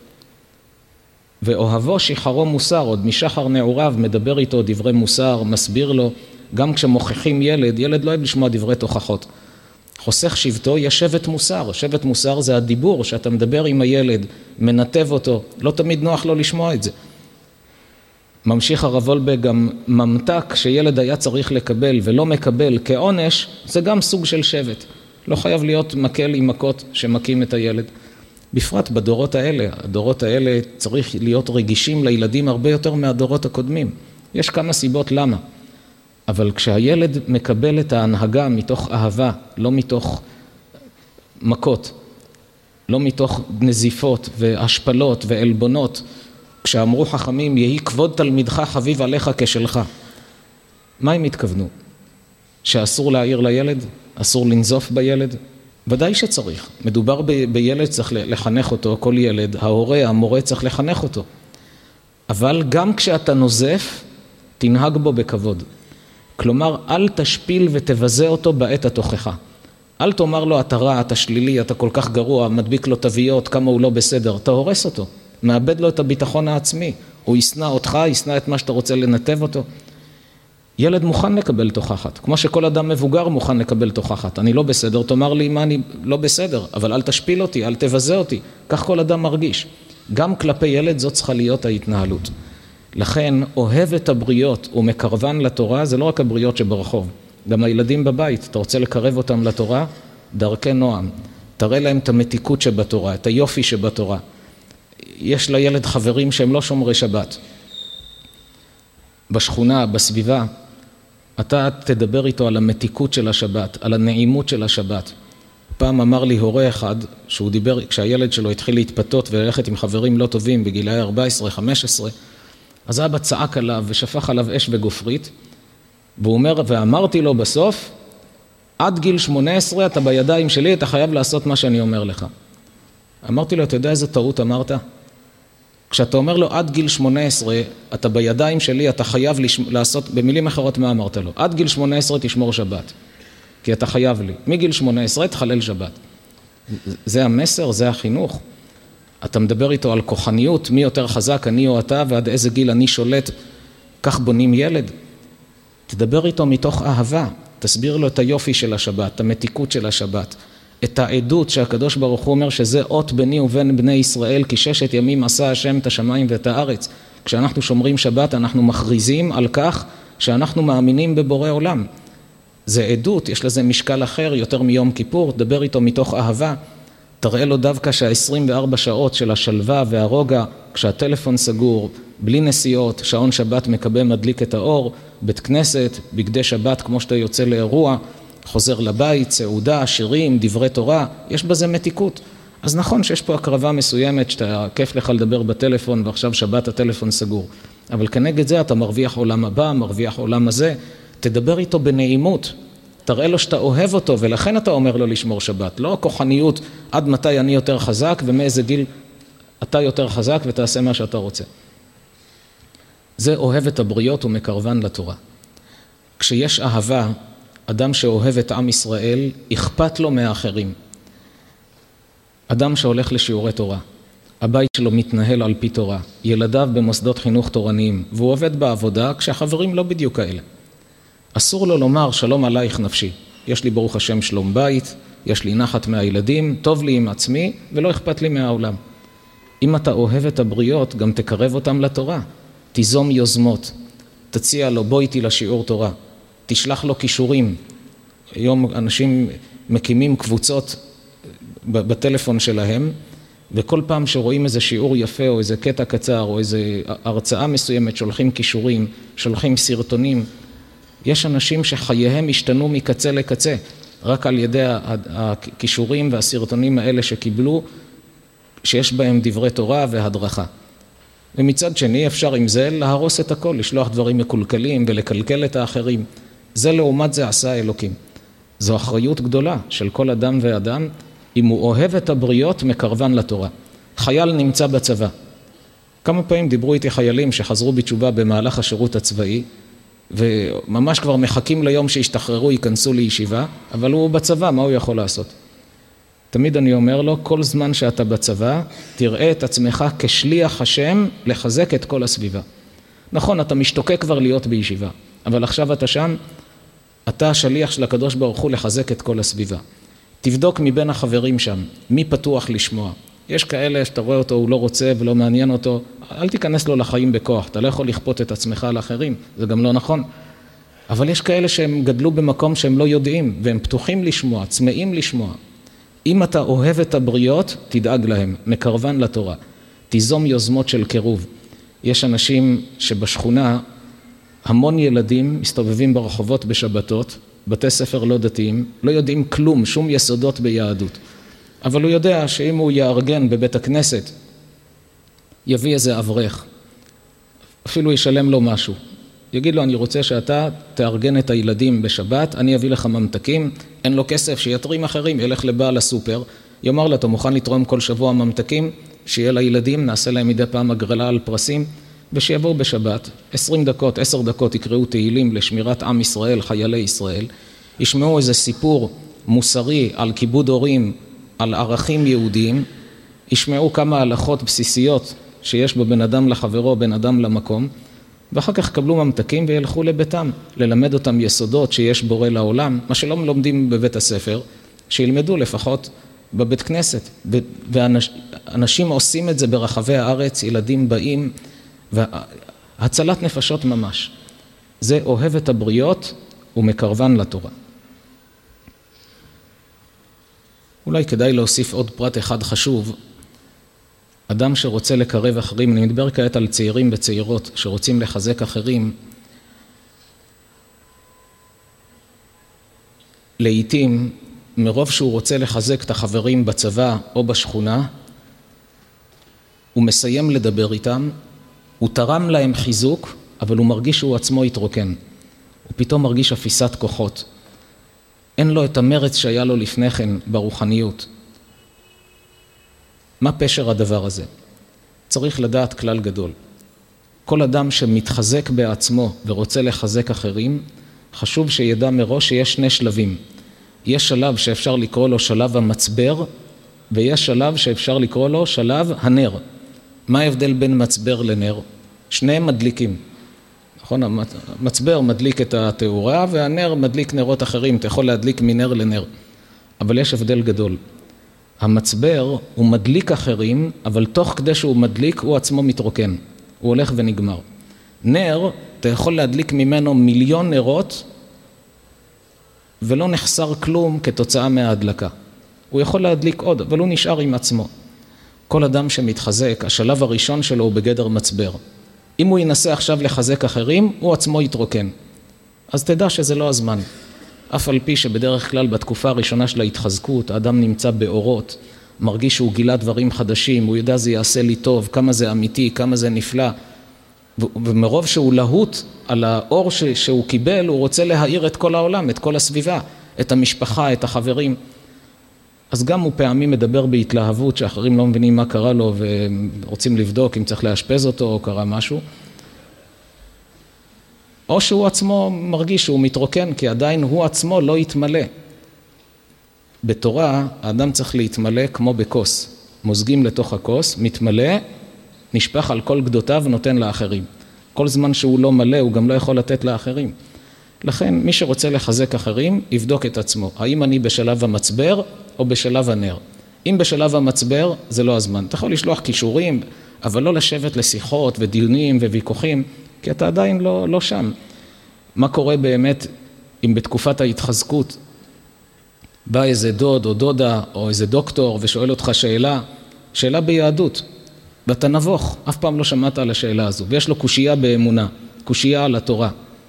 ואוהבו שחרו מוסר, עוד משחר נעוריו מדבר איתו דברי מוסר, מסביר לו, גם כשמוכיחים ילד, ילד לא אוהב לשמוע דברי תוכחות. חוסך שבטו יש שבט מוסר. שבט מוסר זה הדיבור שאתה מדבר עם הילד, מנתב אותו, לא תמיד נוח לו לשמוע את זה. ממשיך הרב וולבה, גם ממתק שילד היה צריך לקבל ולא מקבל כעונש, זה גם סוג של שבט. לא חייב להיות מקל עם מכות שמקים את הילד. בפרט בדורות האלה, הדורות האלה צריך להיות רגישים לילדים הרבה יותר מהדורות הקודמים. יש כמה סיבות למה. אבל כשהילד מקבל את ההנהגה מתוך אהבה, לא מתוך מכות, לא מתוך נזיפות והשפלות ועלבונות, כשאמרו חכמים, יהי כבוד תלמידך חביב עליך כשלך. מה הם התכוונו? שאסור להעיר לילד? אסור לנזוף בילד? ודאי שצריך. מדובר בילד, צריך לחנך אותו, כל ילד, ההורה, המורה צריך לחנך אותו. אבל גם כשאתה נוזף, תנהג בו בכבוד. כלומר, אל תשפיל ותבזה אותו בעת התוכחה. אל תאמר לו, אתה רע, אתה שלילי, אתה כל כך גרוע, מדביק לו תוויות, כמה הוא לא בסדר. אתה הורס אותו, מאבד לו את הביטחון העצמי. הוא ישנא אותך, ישנא את מה שאתה רוצה לנתב אותו. ילד מוכן לקבל תוכחת, כמו שכל אדם מבוגר מוכן לקבל תוכחת. אני לא בסדר, תאמר לי מה אני לא בסדר, אבל אל תשפיל אותי, אל תבזה אותי. כך כל אדם מרגיש. גם כלפי ילד זאת צריכה להיות ההתנהלות. לכן אוהב את הבריות ומקרבן לתורה, זה לא רק הבריות שברחוב, גם הילדים בבית. אתה רוצה לקרב אותם לתורה? דרכי נועם. תראה להם את המתיקות שבתורה, את היופי שבתורה. יש לילד חברים שהם לא שומרי שבת. בשכונה, בסביבה, אתה תדבר איתו על המתיקות של השבת, על הנעימות של השבת. פעם אמר לי הורה אחד, שהוא דיבר, כשהילד שלו התחיל להתפתות וללכת עם חברים לא טובים בגילאי 14, 15, אז אבא צעק עליו ושפך עליו אש וגופרית, והוא אומר, ואמרתי לו בסוף, עד גיל 18 אתה בידיים שלי, אתה חייב לעשות מה שאני אומר לך. אמרתי לו, אתה יודע איזה טעות אמרת? כשאתה אומר לו עד גיל 18, אתה בידיים שלי, אתה חייב לעשות, במילים אחרות מה אמרת לו? עד גיל 18 תשמור שבת, כי אתה חייב לי. מגיל 18 תחלל שבת. זה המסר, זה החינוך. אתה מדבר איתו על כוחניות, מי יותר חזק, אני או אתה, ועד איזה גיל אני שולט, כך בונים ילד. תדבר איתו מתוך אהבה, תסביר לו את היופי של השבת, את המתיקות של השבת, את העדות שהקדוש ברוך הוא אומר שזה אות ביני ובין בני ישראל, כי 6 ימים עשה השם את השמיים ואת הארץ. כשאנחנו שומרים שבת אנחנו מכריזים על כך שאנחנו מאמינים בבורא עולם. זה עדות, יש לזה משקל אחר יותר מיום כיפור, תדבר איתו מתוך אהבה, תראה לו דווקא שה-24 שעות של השלווה והרוגע, כשהטלפון סגור, בלי נסיעות, שעון שבת מקבל מדליק את האור, בית כנסת, בגדי שבת כמו שאתה יוצא לאירוע, חוזר לבית, סעודה, שירים, דברי תורה, יש בזה מתיקות. אז נכון שיש פה הקרבה מסוימת שאתה כיף לך לדבר בטלפון ועכשיו שבת הטלפון סגור. אבל כנגד זה אתה מרוויח עולם הבא, מרוויח עולם הזה, תדבר איתו בנעימות, תראה לו שאתה אוהב אותו ולכן אתה אומר לו לשמור שבת. לא כוחניות עד מתי אני יותר חזק ומאיזה גיל אתה יותר חזק ותעשה מה שאתה רוצה. זה אוהב את הבריות ומקרבן לתורה. כשיש אהבה, אדם שאוהב את עם ישראל, אכפת לו מהאחרים. אדם שהולך לשיעורי תורה, הבית שלו מתנהל על פי תורה, ילדיו במוסדות חינוך תורניים, והוא עובד בעבודה כשהחברים לא בדיוק כאלה. אסור לו לומר שלום עלייך נפשי, יש לי ברוך השם שלום בית, יש לי נחת מהילדים, טוב לי עם עצמי ולא אכפת לי מהעולם. אם אתה אוהב את הבריות, גם תקרב אותם לתורה, תיזום יוזמות, תציע לו בוא איתי לשיעור תורה, תשלח לו קישורים. היום אנשים מקימים קבוצות בטלפון שלהם, וכל פעם שרואים איזה שיעור יפה או איזה קטע קצר או איזה הרצאה מסוימת, שולחים קישורים, שולחים סרטונים. יש אנשים שחייהם השתנו מקצה לקצה, רק על ידי הקישורים והסרטונים האלה שקיבלו, שיש בהם דברי תורה והדרכה. ומצד שני אפשר עם זה להרוס את הכל, לשלוח דברים מקולקלים ולקלקל את האחרים. זה לעומת זה עשה אלוקים. זו אחריות גדולה של כל אדם ואדם, אם הוא אוהב את הבריות מקרבן לתורה. חייל נמצא בצבא. כמה פעמים דיברו איתי חיילים שחזרו בתשובה במהלך השירות הצבאי, וממש כבר מחכים ליום שישתחררו, ייכנסו לישיבה, אבל הוא בצבא, מה הוא יכול לעשות? תמיד אני אומר לו, כל זמן שאתה בצבא, תראה את עצמך כשליח השם לחזק את כל הסביבה. נכון, אתה משתוקק כבר להיות בישיבה, אבל עכשיו אתה שם, אתה השליח של הקדוש ברוך הוא לחזק את כל הסביבה. תבדוק מבין החברים שם, מי פתוח לשמוע. יש כאלה שאתה רואה אותו, הוא לא רוצה ולא מעניין אותו, אל תיכנס לו לחיים בכוח, אתה לא יכול לכפות את עצמך על אחרים, זה גם לא נכון. אבל יש כאלה שהם גדלו במקום שהם לא יודעים, והם פתוחים לשמוע, צמאים לשמוע. אם אתה אוהב את הבריות, תדאג להם, מקרבן לתורה. תיזום יוזמות של קירוב. יש אנשים שבשכונה, המון ילדים מסתובבים ברחובות בשבתות, בתי ספר לא דתיים, לא יודעים כלום, שום יסודות ביהדות. אבל הוא יודע שאם הוא יארגן בבית הכנסת, יביא איזה אברך, אפילו ישלם לו משהו. יגיד לו, אני רוצה שאתה תארגן את הילדים בשבת, אני אביא לך ממתקים, אין לו כסף, שיתרים אחרים, ילך לבעל הסופר, יאמר לו, אתה מוכן לתרום כל שבוע ממתקים, שיהיה לילדים, נעשה להם מדי פעם הגרלה על פרסים, ושיבואו בשבת, 20 דקות, 10 דקות יקראו תהילים לשמירת עם ישראל, חיילי ישראל, ישמעו איזה סיפור מוסרי על כיבוד הורים, על ערכים יהודיים, ישמעו כמה הלכות בסיסיות שיש בו בן אדם לחברו, בן אדם למקום, ואחר כך קבלו ממתקים וילכו לביתם, ללמד אותם יסודות שיש בורא לעולם, מה שלא לומדים בבית הספר, שילמדו לפחות בבית כנסת. ואנשים עושים את זה ברחבי הארץ, ילדים באים, והצלת נפשות ממש. זה אוהב את הבריות ומקרבן לתורה. אולי כדאי להוסיף עוד פרט אחד חשוב. אדם שרוצה לקרב אחרים, אני מדבר כעת על צעירים וצעירות שרוצים לחזק אחרים, לעתים מרוב שהוא רוצה לחזק את החברים בצבא או בשכונה, הוא מסיים לדבר איתם, הוא תרם להם חיזוק, אבל הוא מרגיש שהוא עצמו התרוקן. הוא פתאום מרגיש אפיסת כוחות. אין לו את המרץ שהיה לו לפני כן ברוחניות. מה פשר הדבר הזה? צריך לדעת כלל גדול. כל אדם שמתחזק בעצמו ורוצה לחזק אחרים, חשוב שידע מראש שיש שני שלבים. יש שלב שאפשר לקרוא לו שלב המצבר, ויש שלב שאפשר לקרוא לו שלב הנר. מה ההבדל בין מצבר לנר? שניהם מדליקים. נכון? המצבר מדליק את התאורה, והנר מדליק נרות אחרים. אתה יכול להדליק מנר לנר. אבל יש הבדל גדול. המצבר הוא מדליק אחרים, אבל תוך כדי שהוא מדליק הוא עצמו מתרוקן. הוא הולך ונגמר. נר, אתה יכול להדליק ממנו מיליון נרות, ולא נחסר כלום כתוצאה מההדלקה. הוא יכול להדליק עוד, אבל הוא נשאר עם עצמו. כל אדם שמתחזק, השלב הראשון שלו הוא בגדר מצבר. אם הוא ינסה עכשיו לחזק אחרים, הוא עצמו יתרוקן. אז תדע שזה לא הזמן. אף על פי שבדרך כלל בתקופה הראשונה של ההתחזקות, האדם נמצא באורות, מרגיש שהוא גילה דברים חדשים, הוא יודע זה יעשה לי טוב, כמה זה אמיתי, כמה זה נפלא. ומרוב שהוא להוט על האור שהוא קיבל, הוא רוצה להאיר את כל העולם, את כל הסביבה, את המשפחה, את החברים. אז גם הוא פעמים מדבר בהתלהבות שאחרים לא מבינים מה קרה לו ורוצים לבדוק אם צריך להשפז אותו או קרה משהו. או שהוא עצמו מרגיש שהוא מתרוקן כי עדיין הוא עצמו לא יתמלא. בתורה האדם צריך להתמלא כמו בכוס. מוזגים לתוך הכוס, מתמלא, נשפך על כל גדותיו ונותן לאחרים. כל זמן שהוא לא מלא הוא גם לא יכול לתת לאחרים. לכן מי שרוצה לחזק אחרים יבדוק את עצמו. האם אני בשלב המצבר או בשלב הנר? אם בשלב המצבר זה לא הזמן. אתה יכול לשלוח קישורים, אבל לא לשבת לשיחות ודיונים וויכוחים, כי אתה עדיין לא שם. מה קורה באמת אם בתקופת ההתחזקות בא איזה דוד או דודה או איזה דוקטור ושואל אותך שאלה ביהדות, ואתה נבוך, אף פעם לא שמעת על השאלה הזו, ויש לו קושייה באמונה, קושייה על התורה.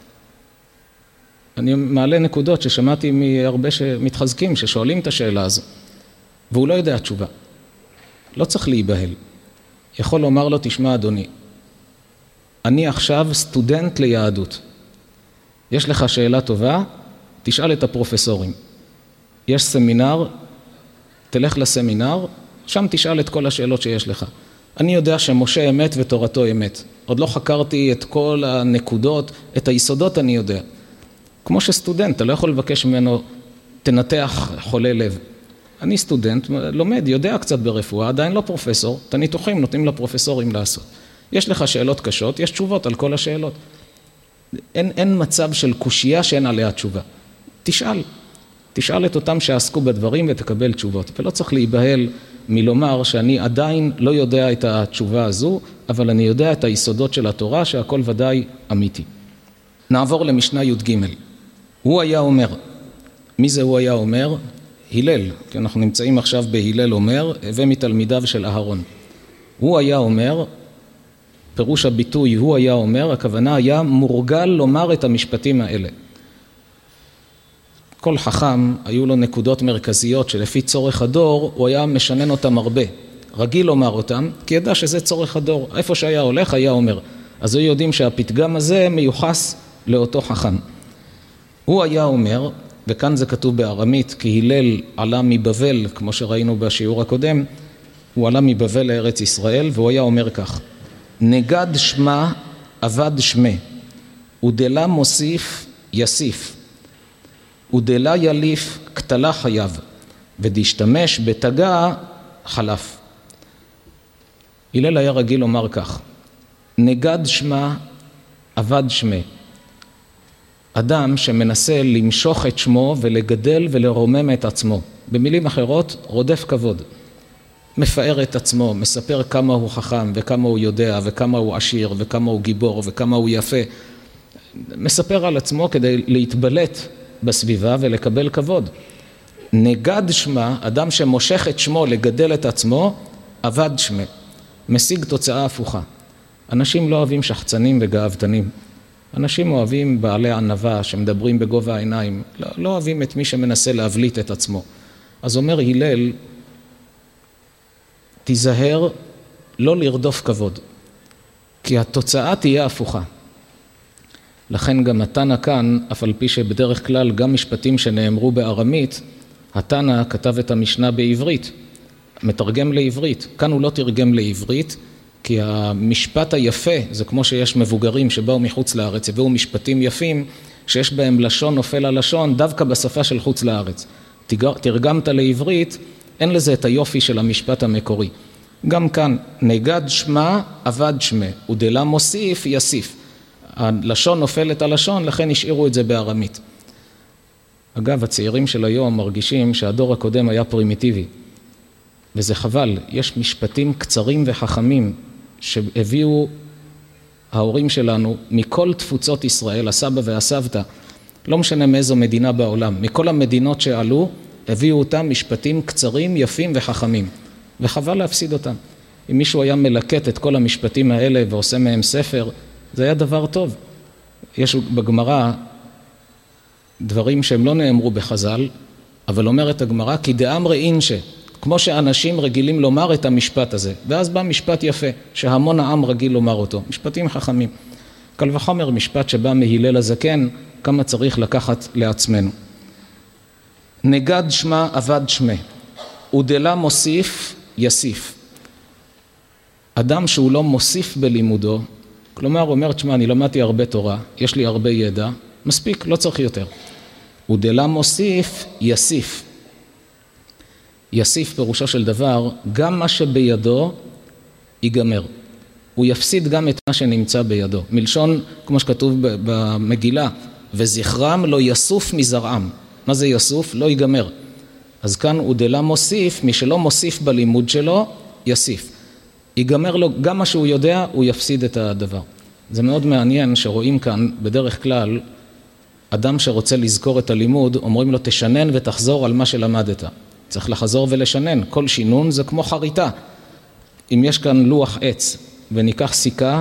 אני מעלה נקודות ששמעתי מהרבה שמתחזקים ששואלים את השאלה הזו, והוא לא יודע תשובה. לא צריך להיבהל. יכול לומר לו, תשמע אדוני, אני עכשיו סטודנט ליהדות. יש לך שאלה טובה, תשאל את הפרופסורים. יש סמינר, תלך לסמינר, שם תשאל את כל השאלות שיש לך. אני יודע שמשה אמת ותורתו אמת. עוד לא חקרתי את כל הנקודות, את היסודות אני יודע. כמו שסטודנט, אתה לא יכול לבקש ממנו, תנתח חולה לב. אני סטודנט, לומד, יודע קצת ברפואה, עדיין לא פרופסור, את הניתוחים נותנים לפרופסורים לעשות. יש לך שאלות קשות, יש תשובות על כל השאלות. אין מצב של קושייה שאין עליה תשובה. תשאל את אותם שעסקו בדברים ותקבל תשובות. ולא צריך להיבהל מלומר שאני עדיין לא יודע את התשובה הזו, אבל אני יודע את היסודות של התורה שהכל ודאי אמיתי. נעבור למשנה י"ג. הוא היה אומר, מי זה הוא היה אומר? הלל, כי אנחנו נמצאים עכשיו בהלל אומר, ומתלמידיו של אהרון. הוא היה אומר, פירוש הביטוי הוא היה אומר, הכוונה היה מורגל לומר את המשפטים האלה. כל חכם היו לו נקודות מרכזיות שלפי צורך הדור הוא היה משנן אותם הרבה. רגיל לומר אותם, כי ידע שזה צורך הדור. איפה שהיה הולך היה אומר. אז היו יודעים שהפתגם הזה מיוחס לאותו חכם. הוא היה אומר, וכאן זה כתוב בארמית, כי הלל עלה מבבל, כמו שראינו בשיעור הקודם, הוא עלה מבבל לארץ ישראל, והוא היה אומר כך, נגד שמה עבד שמה, ודלה מוסיף יסיף, ודלה יליף קטלה חייו, ודשתמש בתגע חלף. הלל היה רגיל לומר כך, נגד שמה עבד שמה. אדם שמנסה למשוך את שמו ולגדל ולרומם את עצמו. במילים אחרות, רודף כבוד. מפאר את עצמו, מספר כמה הוא חכם וכמה הוא יודע וכמה הוא עשיר וכמה הוא גיבור וכמה הוא יפה. מספר על עצמו כדי להתבלט בסביבה ולקבל כבוד. נגד שמה, אדם שמושך את שמו לגדל את עצמו, עבד שמה. משיג תוצאה הפוכה. אנשים לא אוהבים שחצנים וגאוותנים. אנשים אוהבים בעלי ענווה שמדברים בגובה העיניים. לא אוהבים את מי שמנסה להבליט את עצמו. אז אומר הלל, תיזהר לא לרדוף כבוד, כי התוצאה תהיה הפוכה. לכן גם התנא כאן, אף על פי שבדרך כלל גם משפטים שנאמרו בארמית, התנא כתב את המשנה בעברית, מתרגם לעברית. כאן הוא לא תרגם לעברית, כי המשפט היפה, זה כמו שיש מבוגרים שבאו מחוץ לארץ, הביאו משפטים יפים, שיש בהם לשון נופל על לשון, דווקא בשפה של חוץ לארץ. תרגמת לעברית, אין לזה את היופי של המשפט המקורי. גם כאן, נגד שמה, עבד שמה, ודלה מוסיף, יסיף. הלשון נופלת על לשון, לכן השאירו את זה בארמית. אגב, הצעירים של היום מרגישים שהדור הקודם היה פרימיטיבי. וזה חבל, יש משפטים קצרים וחכמים שהביאו ההורים שלנו מכל תפוצות ישראל, הסבא והסבתא, לא משנה מאיזו מדינה בעולם, מכל המדינות שעלו, הביאו אותם משפטים קצרים, יפים וחכמים. וחבל להפסיד אותם. אם מישהו היה מלקט את כל המשפטים האלה ועושה מהם ספר, זה היה דבר טוב. יש בגמרא דברים שהם לא נאמרו בחז"ל, אבל אומרת הגמרא, כי דאמרי אינשה, כמו שאנשים רגילים לומר את המשפט הזה. ואז בא משפט יפה, שהמון העם רגיל לומר אותו. משפטים חכמים. קל וחומר משפט שבא מהלל הזקן, כמה צריך לקחת לעצמנו. נגד שמה עבד שמה, ודלה מוסיף יסיף. אדם שהוא לא מוסיף בלימודו, כלומר אומר, תשמע, אני למדתי הרבה תורה, יש לי הרבה ידע, מספיק, לא צריך יותר. ודלה מוסיף יסיף. יסיף פירושו של דבר, גם מה שבידו ייגמר. הוא יפסיד גם את מה שנמצא בידו. מלשון, כמו שכתוב במגילה, וזכרם לא יסוף מזרעם. מה זה יסוף? לא ייגמר. אז כאן ודלה מוסיף, מי שלא מוסיף בלימוד שלו, יסיף. ייגמר לו, גם מה שהוא יודע, הוא יפסיד את הדבר. זה מאוד מעניין שרואים כאן, בדרך כלל, אדם שרוצה לזכור את הלימוד, אומרים לו תשנן ותחזור על מה שלמדת. צריך לחזור ולשנן. כל שינון זה כמו חריטה. אם יש כאן לוח עץ וניקח סיכה,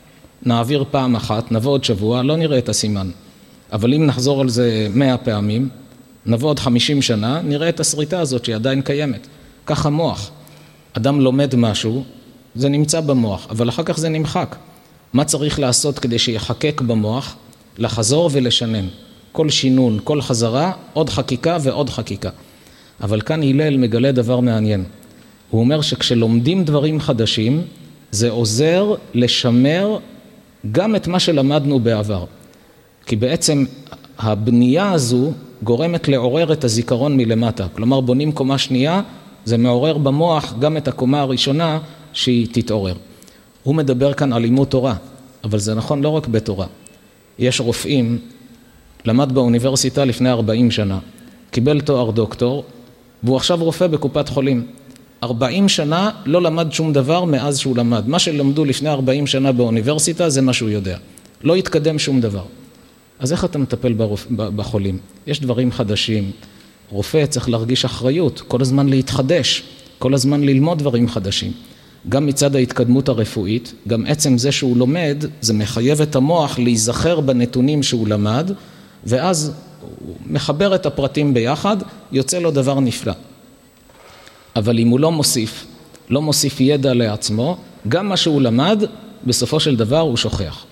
נעביר פעם אחת, נבוא עוד שבוע, לא נראה את הסימן. אבל אם נחזור על זה 100 פעמים, נבוא עוד 50 שנה, נראה את הסריטה הזאת שהיא עדיין קיימת. כך המוח. אדם לומד משהו, זה נמצא במוח, אבל אחר כך זה נמחק. מה צריך לעשות כדי שיחקק במוח? לחזור ולשנן. כל שינון, כל חזרה, עוד חקיקה ועוד חקיקה. אבל כאן הלל מגלה דבר מעניין. הוא אומר שכשלומדים דברים חדשים, זה עוזר לשמר גם את מה שלמדנו בעבר. כי בעצם הבנייה הזו גורמת לעורר את הזיכרון מלמטה. כלומר, בונים קומה שנייה, זה מעורר במוח גם את הקומה הראשונה שהיא תתעורר. הוא מדבר כאן על לימוד תורה, אבל זה נכון לא רק בתורה. יש רופאים, למד באוניברסיטה לפני 40 שנה, קיבל תואר דוקטור, והוא עכשיו רופא בקופת חולים. 40 שנה לא למד שום דבר מאז שהוא למד. מה שלמדו לפני 40 שנה באוניברסיטה זה מה שהוא יודע. לא יתקדם שום דבר. אז איך אתה מטפל בחולים? יש דברים חדשים. רופא צריך להרגיש אחריות, כל הזמן להתחדש, כל הזמן ללמוד דברים חדשים. גם מצד ההתקדמות הרפואית, גם עצם זה שהוא לומד, זה מחייב את המוח להיזכר בנתונים שהוא למד, ואז הוא מחבר את הפרטים ביחד, יוצא לו דבר נפלא. אבל אם הוא לא מוסיף ידע לעצמו, גם מה שהוא למד, בסופו של דבר הוא שוכח.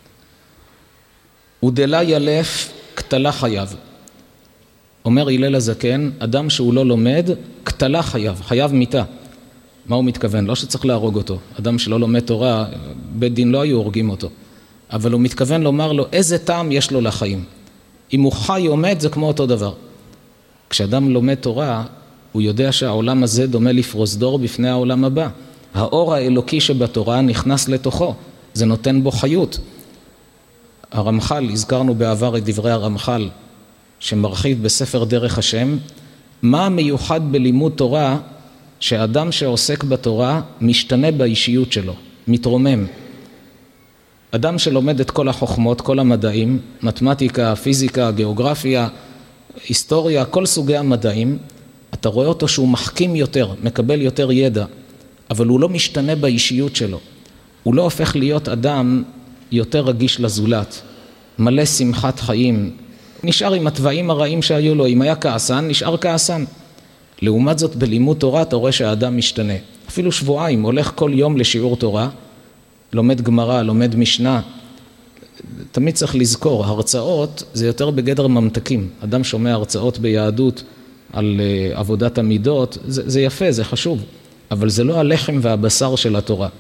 ודלה ילף, קטלה חייו. אומר הלל הזקן, אדם שהוא לא לומד, קטלה חייו, חייו מיתה. מה הוא מתכוון? לא שצריך להרוג אותו. אדם שלא לומד תורה, בית דין לא היו הורגים אותו. אבל הוא מתכוון לומר לו איזה טעם יש לו לחיים. אם הוא חי או מת זה כמו אותו דבר. כשאדם לומד תורה, הוא יודע שהעולם הזה דומה לפרוזדור בפני העולם הבא. האור האלוקי שבתורה נכנס לתוכו. זה נותן בו חיות. הרמח"ל, הזכרנו בעבר את דברי הרמח"ל, שמרחיב בספר דרך השם, מה המיוחד בלימוד תורה שאדם שעוסק בתורה משתנה באישיות שלו, מתרומם. אדם שלומד את כל החוכמות, כל המדעים, מתמטיקה, פיזיקה, גיאוגרפיה, היסטוריה, כל סוגי המדעים, אתה רואה אותו שהוא מחכים יותר, מקבל יותר ידע, אבל הוא לא משתנה באישיות שלו. הוא לא הופך להיות אדם יותר רגיש לזולת, מלא שמחת חיים, נשאר עם הטבעים הרעים שהיו לו, אם היה כעסן, נשאר כעסן. לעומת זאת בלימוד תורה אתה רואה שהאדם משתנה. אפילו שבועיים, הולך כל יום לשיעור תורה, לומד גמרא, לומד משנה. תמיד צריך לזכור, הרצאות זה יותר בגדר ממתקים. אדם שומע הרצאות ביהדות על עבודת המידות, זה יפה, זה חשוב. אבל זה לא הלחם והבשר של התורה.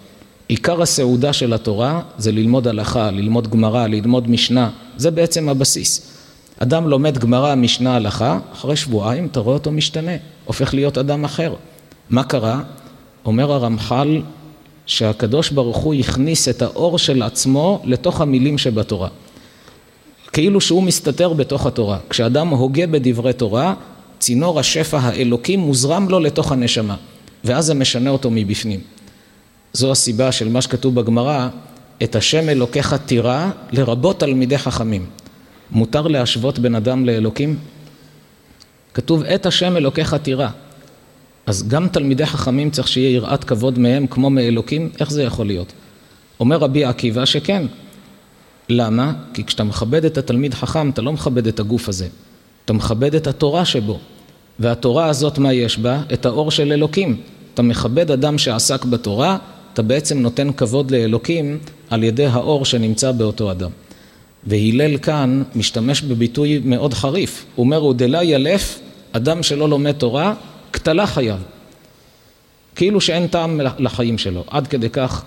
עיקר הסעודה של התורה זה ללמוד הלכה, ללמוד גמרא, ללמוד משנה, זה בעצם הבסיס. אדם לומד גמרא, משנה, הלכה, אחרי שבועיים אתה רואה אותו משתנה, הופך להיות אדם אחר. מה קרה? אומר הרמח"ל שהקדוש ברוך הוא הכניס את האור של עצמו לתוך המילים שבתורה. כאילו שהוא מסתתר בתוך התורה. כשאדם הוגה בדברי תורה, צינור השפע האלוקי מוזרם לו לתוך הנשמה, ואז זה משנה אותו מבפנים. זו הסיבה של מה שכתוב בגמרא, את השם אלוקיך תירא לרבות תלמידי חכמים. מותר להשוות בין אדם לאלוקים? כתוב את השם אלוקיך תירא. אז גם תלמידי חכמים צריך שיהיה יראת כבוד מהם כמו מאלוקים? איך זה יכול להיות? אומר רבי עקיבא שכן. למה? כי כשאתה מכבד את התלמיד חכם, אתה לא מכבד את הגוף הזה. אתה מכבד את התורה שבו. והתורה הזאת מה יש בה? את האור של אלוקים. אתה מכבד אדם שעסק בתורה, אתה בעצם נותן כבוד לאלוקים על ידי האור שנמצא באותו אדם. והילל כאן משתמש בביטוי מאוד חריף. הוא אומר, הוא דלה ילף, אדם שלא לומד תורה, קטלה חייו. כאילו שאין טעם לחיים שלו. עד כדי כך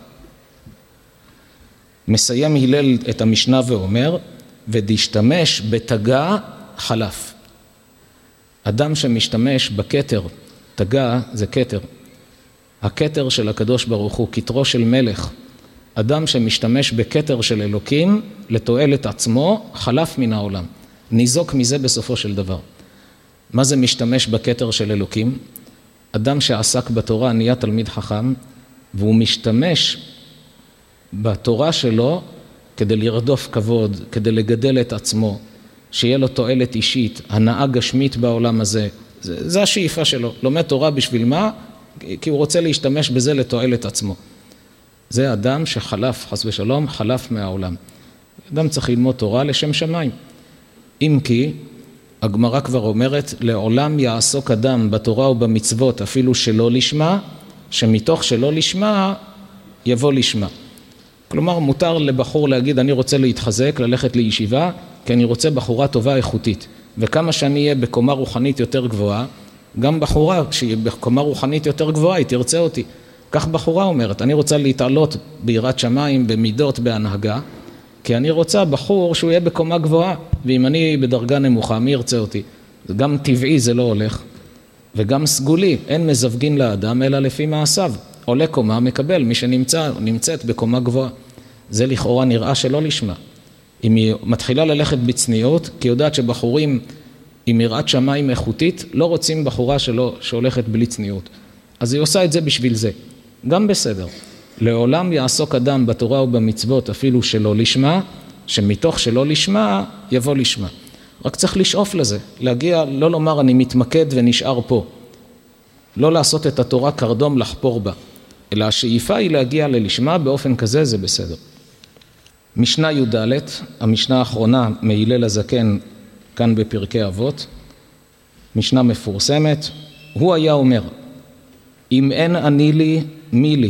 מסיים הילל את המשנה ואומר, ודשתמש בתגה חלף. אדם שמשתמש בכתר, תגה זה כתר. הכתר של הקדוש ברוך הוא, כתרו של מלך. אדם שמשתמש בכתר של אלוקים לתועלת עצמו, חלף מן העולם. ניזוק מזה בסופו של דבר. מה זה משתמש בכתר של אלוקים? אדם שעסק בתורה נהיה תלמיד חכם, והוא משתמש בתורה שלו כדי לרדוף כבוד, כדי לגדל את עצמו, שיהיה לו תועלת אישית, הנאה גשמית בעולם הזה. זה השאיפה שלו. לומד תורה בשביל מה? כי הוא רוצה להשתמש בזה לתועלת עצמו. זה אדם שחלף, חס ושלום, חלף מהעולם. אדם צריך ללמוד תורה לשם שמיים. אם כי, הגמרא כבר אומרת, לעולם יעסוק אדם בתורה ובמצוות אפילו שלא לשמה, שמתוך שלא לשמה יבוא לשמה. כלומר, מותר לבחור להגיד, אני רוצה להתחזק, ללכת לישיבה, כי אני רוצה בחורה טובה איכותית. וכמה שאני אהיה בקומה רוחנית יותר גבוהה, גם בחורה שהיא בקומה רוחנית יותר גבוהה, היא תרצה אותי. כך בחורה אומרת, אני רוצה להתעלות ביראת שמיים, במידות, בהנהגה, כי אני רוצה בחור שהוא יהיה בקומה גבוהה, ואם אני בדרגה נמוכה, מי ירצה אותי? גם טבעי זה לא הולך, וגם סגולי, אין מזווגין לאדם, אלא לפי מעשיו. עולה קומה, מקבל, מי שנמצאת בקומה גבוהה. זה לכאורה נראה שלא לשמה. אם היא מתחילה ללכת בצניעות, כי יודעת שבחורים עם יראת שמיים איכותית, לא רוצים בחורה שהולכת בלי צניעות. אז היא עושה את זה בשביל זה. גם בסדר. לעולם יעסוק אדם בתורה ובמצוות אפילו שלא לשמה, שמתוך שלא לשמה יבוא לשמה. רק צריך לשאוף לזה, להגיע, לא לומר אני מתמקד ונשאר פה. לא לעשות את התורה קרדום לחפור בה, אלא השאיפה היא להגיע ללשמה, באופן כזה זה בסדר. משנה י"ד, המשנה האחרונה מהלל הזקן כאן בפרקי אבות, משנה מפורסמת, הוא היה אומר, אם אין אני לי, מי לי?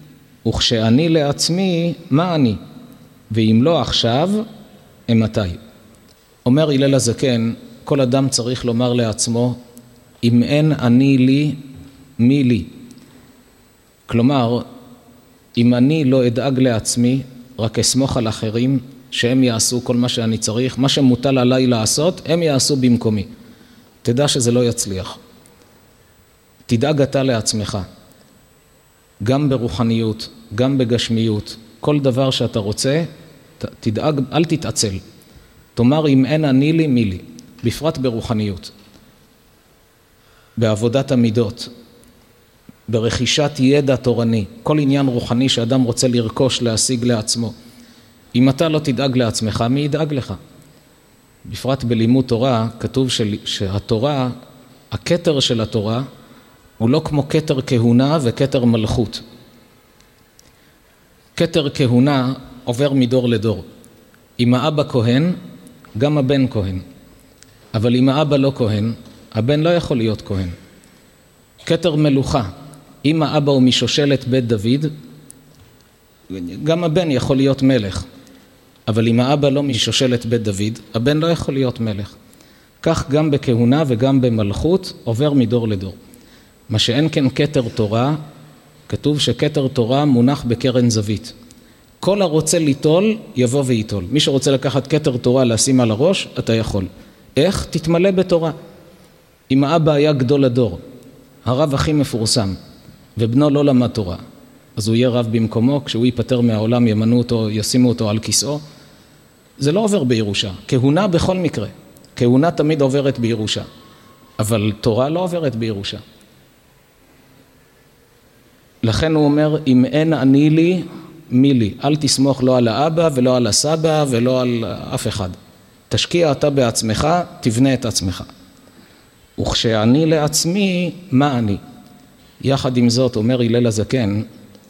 וכשאני לעצמי, מה אני? ואם לא עכשיו, אמתי? אומר הלל הזקן, כל אדם צריך לומר לעצמו, אם אין אני לי, מי לי? כלומר, אם אני לא אדאג לעצמי, רק אסמוך על אחרים, שהם יעשו כל מה שאני צריך, מה שמוטל עליי לעשות, הם יעשו במקומי. תדע שזה לא יצליח. תדאג אתה לעצמך, גם ברוחניות, גם בגשמיות, כל דבר שאתה רוצה, תדאג, אל תתעצל. תאמר אם אין אני לי, מי לי, בפרט ברוחניות, בעבודת המידות, ברכישת ידע תורני, כל עניין רוחני שאדם רוצה לרכוש, להשיג לעצמו. אם אתה לא תדאג לעצמך, מי ידאג לך? בפרט בלימוד תורה, כתוב שהתורה, הכתר של התורה, הוא לא כמו כתר כהונה וכתר מלכות. כתר כהונה עובר מדור לדור. אם האבא כהן, גם הבן כהן. אבל אם האבא לא כהן, הבן לא יכול להיות כהן. כתר מלוכה, אם האבא הוא משושלת בית דוד, גם הבן יכול להיות מלך. אבל אם האבא לא משושלת בית דוד, הבן לא יכול להיות מלך. כך גם בכהונה וגם במלכות עובר מדור לדור. מה שאין כן כתר תורה, כתוב שכתר תורה מונח בקרן זווית. כל הרוצה ליטול, יבוא ויטול. מי שרוצה לקחת כתר תורה לשים על הראש, אתה יכול. איך? תתמלא בתורה. אם האבא היה גדול הדור, הרב הכי מפורסם, ובנו לא למד תורה, אז הוא יהיה רב במקומו, כשהוא ייפטר מהעולם ימנו אותו, ישימו אותו על כיסאו. זה לא עובר בירושה. כהונה בכל מקרה. כהונה תמיד עוברת בירושה. אבל תורה לא עוברת בירושה. לכן הוא אומר, אם אין אני לי, מי לי? אל תסמוך לא על האבא ולא על הסבא ולא על אף אחד. תשקיע אתה בעצמך, תבנה את עצמך. וכשאני לעצמי, מה אני? יחד עם זאת, אומר הלל הזקן,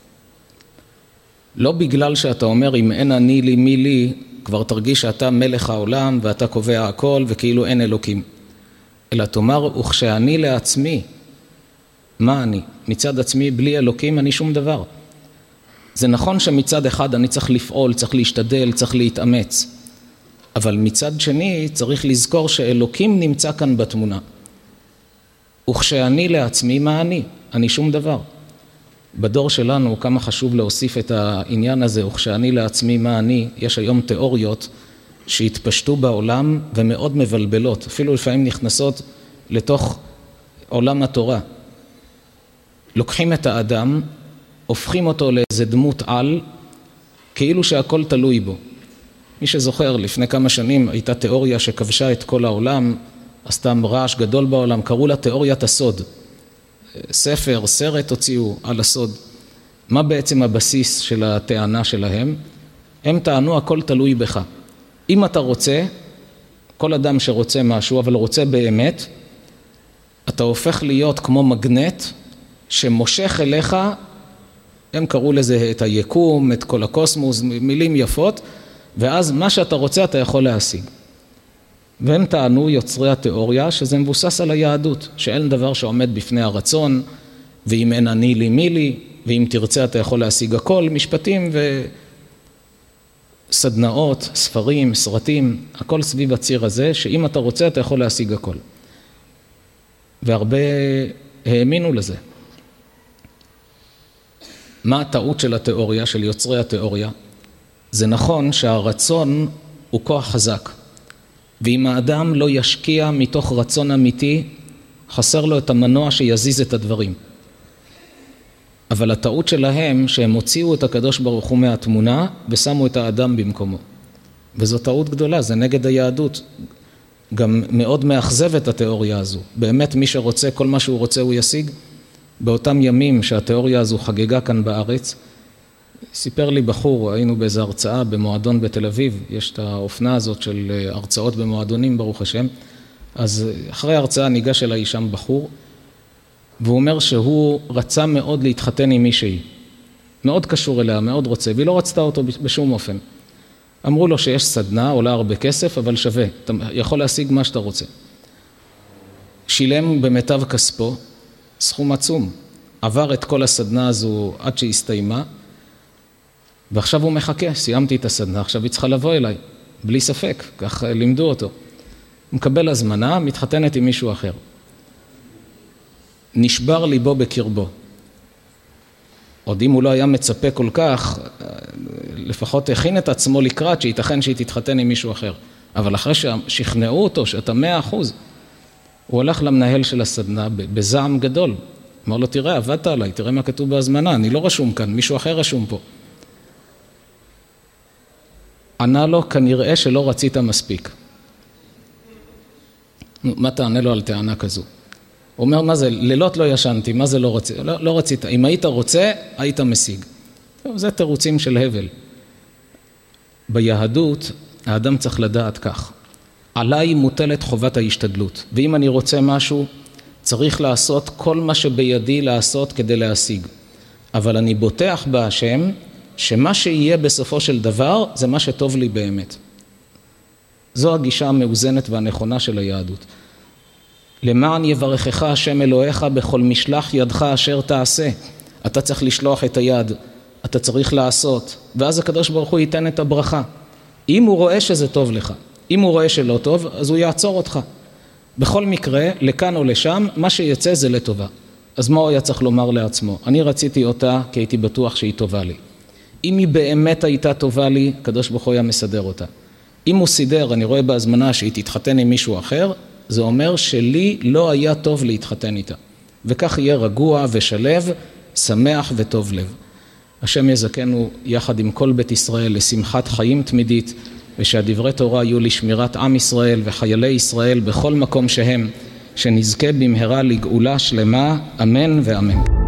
לא בגלל שאתה אומר, אם אין אני לי, מי לי, כבר תרגיש שאתה מלך העולם ואתה קובע הכל וכאילו אין אלוקים. אלא תאמר, וכשאני לעצמי, מה אני? מצד עצמי, בלי אלוקים, אני שום דבר. זה נכון שמצד אחד אני צריך לפעול, צריך להשתדל, צריך להתאמץ. אבל מצד שני, צריך לזכור שאלוקים נמצא כאן בתמונה. וכשאני לעצמי, מה אני? אני שום דבר. בדור שלנו, כמה חשוב להוסיף את העניין הזה, וכשאני לעצמי, מה אני? יש היום תיאוריות שהתפשטו בעולם ומאוד מבלבלות, אפילו לפעמים נכנסות לתוך עולם התורה. לוקחים את האדם, הופכים אותו לאיזה דמות על, כאילו שהכל תלוי בו. מי שזוכר, לפני כמה שנים הייתה תיאוריה שכבשה את כל העולם, עשתה רעש גדול בעולם, קראו לה תיאוריית הסוד. ספר, סרט הוציאו על הסוד. מה בעצם הבסיס של הטענה שלהם? הם טענו הכל תלוי בך. אם אתה רוצה, כל אדם שרוצה משהו, אבל רוצה באמת, אתה הופך להיות כמו מגנט שמושך אליך, הם קראו לזה את היקום, את כל הקוסמוס, מילים יפות, ואז מה שאתה רוצה אתה יכול להשיג. והם טענו יוצרי התיאוריה שזה מבוסס על היהדות, שאין דבר שעומד בפני הרצון, ואם אין אני לי מי לי, ואם תרצה אתה יכול להשיג הכל, משפטים וסדנאות, ספרים, סרטים, הכל סביב הציר הזה, שאם אתה רוצה אתה יכול להשיג הכל. והרבה האמינו לזה. מה הטעות של התיאוריה, של יוצרי התיאוריה? זה נכון שהרצון הוא כוח חזק. ואם האדם לא ישקיע מתוך רצון אמיתי, חסר לו את המנוע שיזיז את הדברים. אבל הטעות שלהם שהם הוציאו את הקדוש ברוך הוא מהתמונה ושמו את האדם במקומו. וזו טעות גדולה, זה נגד היהדות. גם מאוד מאכזב את התיאוריה הזו. באמת מי שרוצה, כל מה שהוא רוצה הוא ישיג. באותם ימים שהתיאוריה הזו חגגה כאן בארץ, סיפר לי בחור, היינו באיזו הרצאה במועדון בתל אביב, יש את האופנה הזאת של הרצאות במועדונים ברוך השם, אז אחרי ההרצאה ניגש אליי שם בחור, והוא אומר שהוא רצה מאוד להתחתן עם מישהי, מאוד קשור אליה, מאוד רוצה, והיא לא רצתה אותו בשום אופן. אמרו לו שיש סדנה, עולה הרבה כסף, אבל שווה, אתה יכול להשיג מה שאתה רוצה. שילם במיטב כספו, סכום עצום, עבר את כל הסדנה הזו עד שהסתיימה, ועכשיו הוא מחכה, סיימתי את הסדנה, עכשיו היא צריכה לבוא אליי, בלי ספק, כך לימדו אותו. מקבל הזמנה, מתחתנת עם מישהו אחר. נשבר ליבו בקרבו. עוד אם הוא לא היה מצפה כל כך, לפחות הכין את עצמו לקראת שייתכן שהיא תתחתן עם מישהו אחר. אבל אחרי ששכנעו אותו שאתה 100%, הוא הלך למנהל של הסדנה בזעם גדול. אמר לו, תראה, עבדת עליי, תראה מה כתוב בהזמנה, אני לא רשום כאן, מישהו אחר רשום פה. ענה לו, כנראה שלא רצית מספיק. מה תענה לו על טענה כזו? הוא אומר, מה זה, לילות לא ישנתי, מה זה לא רצית? לא רצית, אם היית רוצה, היית משיג. זה תירוצים של הבל. ביהדות, האדם צריך לדעת כך. עליי מוטלת חובת ההשתדלות, ואם אני רוצה משהו, צריך לעשות כל מה שבידי לעשות כדי להשיג. אבל אני בוטח בהשם, שמה שיהיה בסופו של דבר, זה מה שטוב לי באמת. זו הגישה המאוזנת והנכונה של היהדות. למען יברכך השם אלוהיך בכל משלח ידך אשר תעשה. אתה צריך לשלוח את היד, אתה צריך לעשות, ואז הקדוש ברוך הוא ייתן את הברכה. אם הוא רואה שזה טוב לך, אם הוא רואה שלא טוב, אז הוא יעצור אותך. בכל מקרה, לכאן או לשם, מה שיצא זה לטובה. אז מה הוא היה צריך לומר לעצמו? אני רציתי אותה כי הייתי בטוח שהיא טובה לי. אם היא באמת הייתה טובה לי, הקדוש ברוך הוא היה מסדר אותה. אם הוא סידר, אני רואה בהזמנה שהיא תתחתן עם מישהו אחר, זה אומר שלי לא היה טוב להתחתן איתה. וכך יהיה רגוע ושלב, שמח וטוב לב. השם יזכנו יחד עם כל בית ישראל לשמחת חיים תמידית, ושהדברי תורה יהיו לשמירת עם ישראל וחיילי ישראל בכל מקום שהם, שנזכה במהרה לגאולה שלמה, אמן ואמן.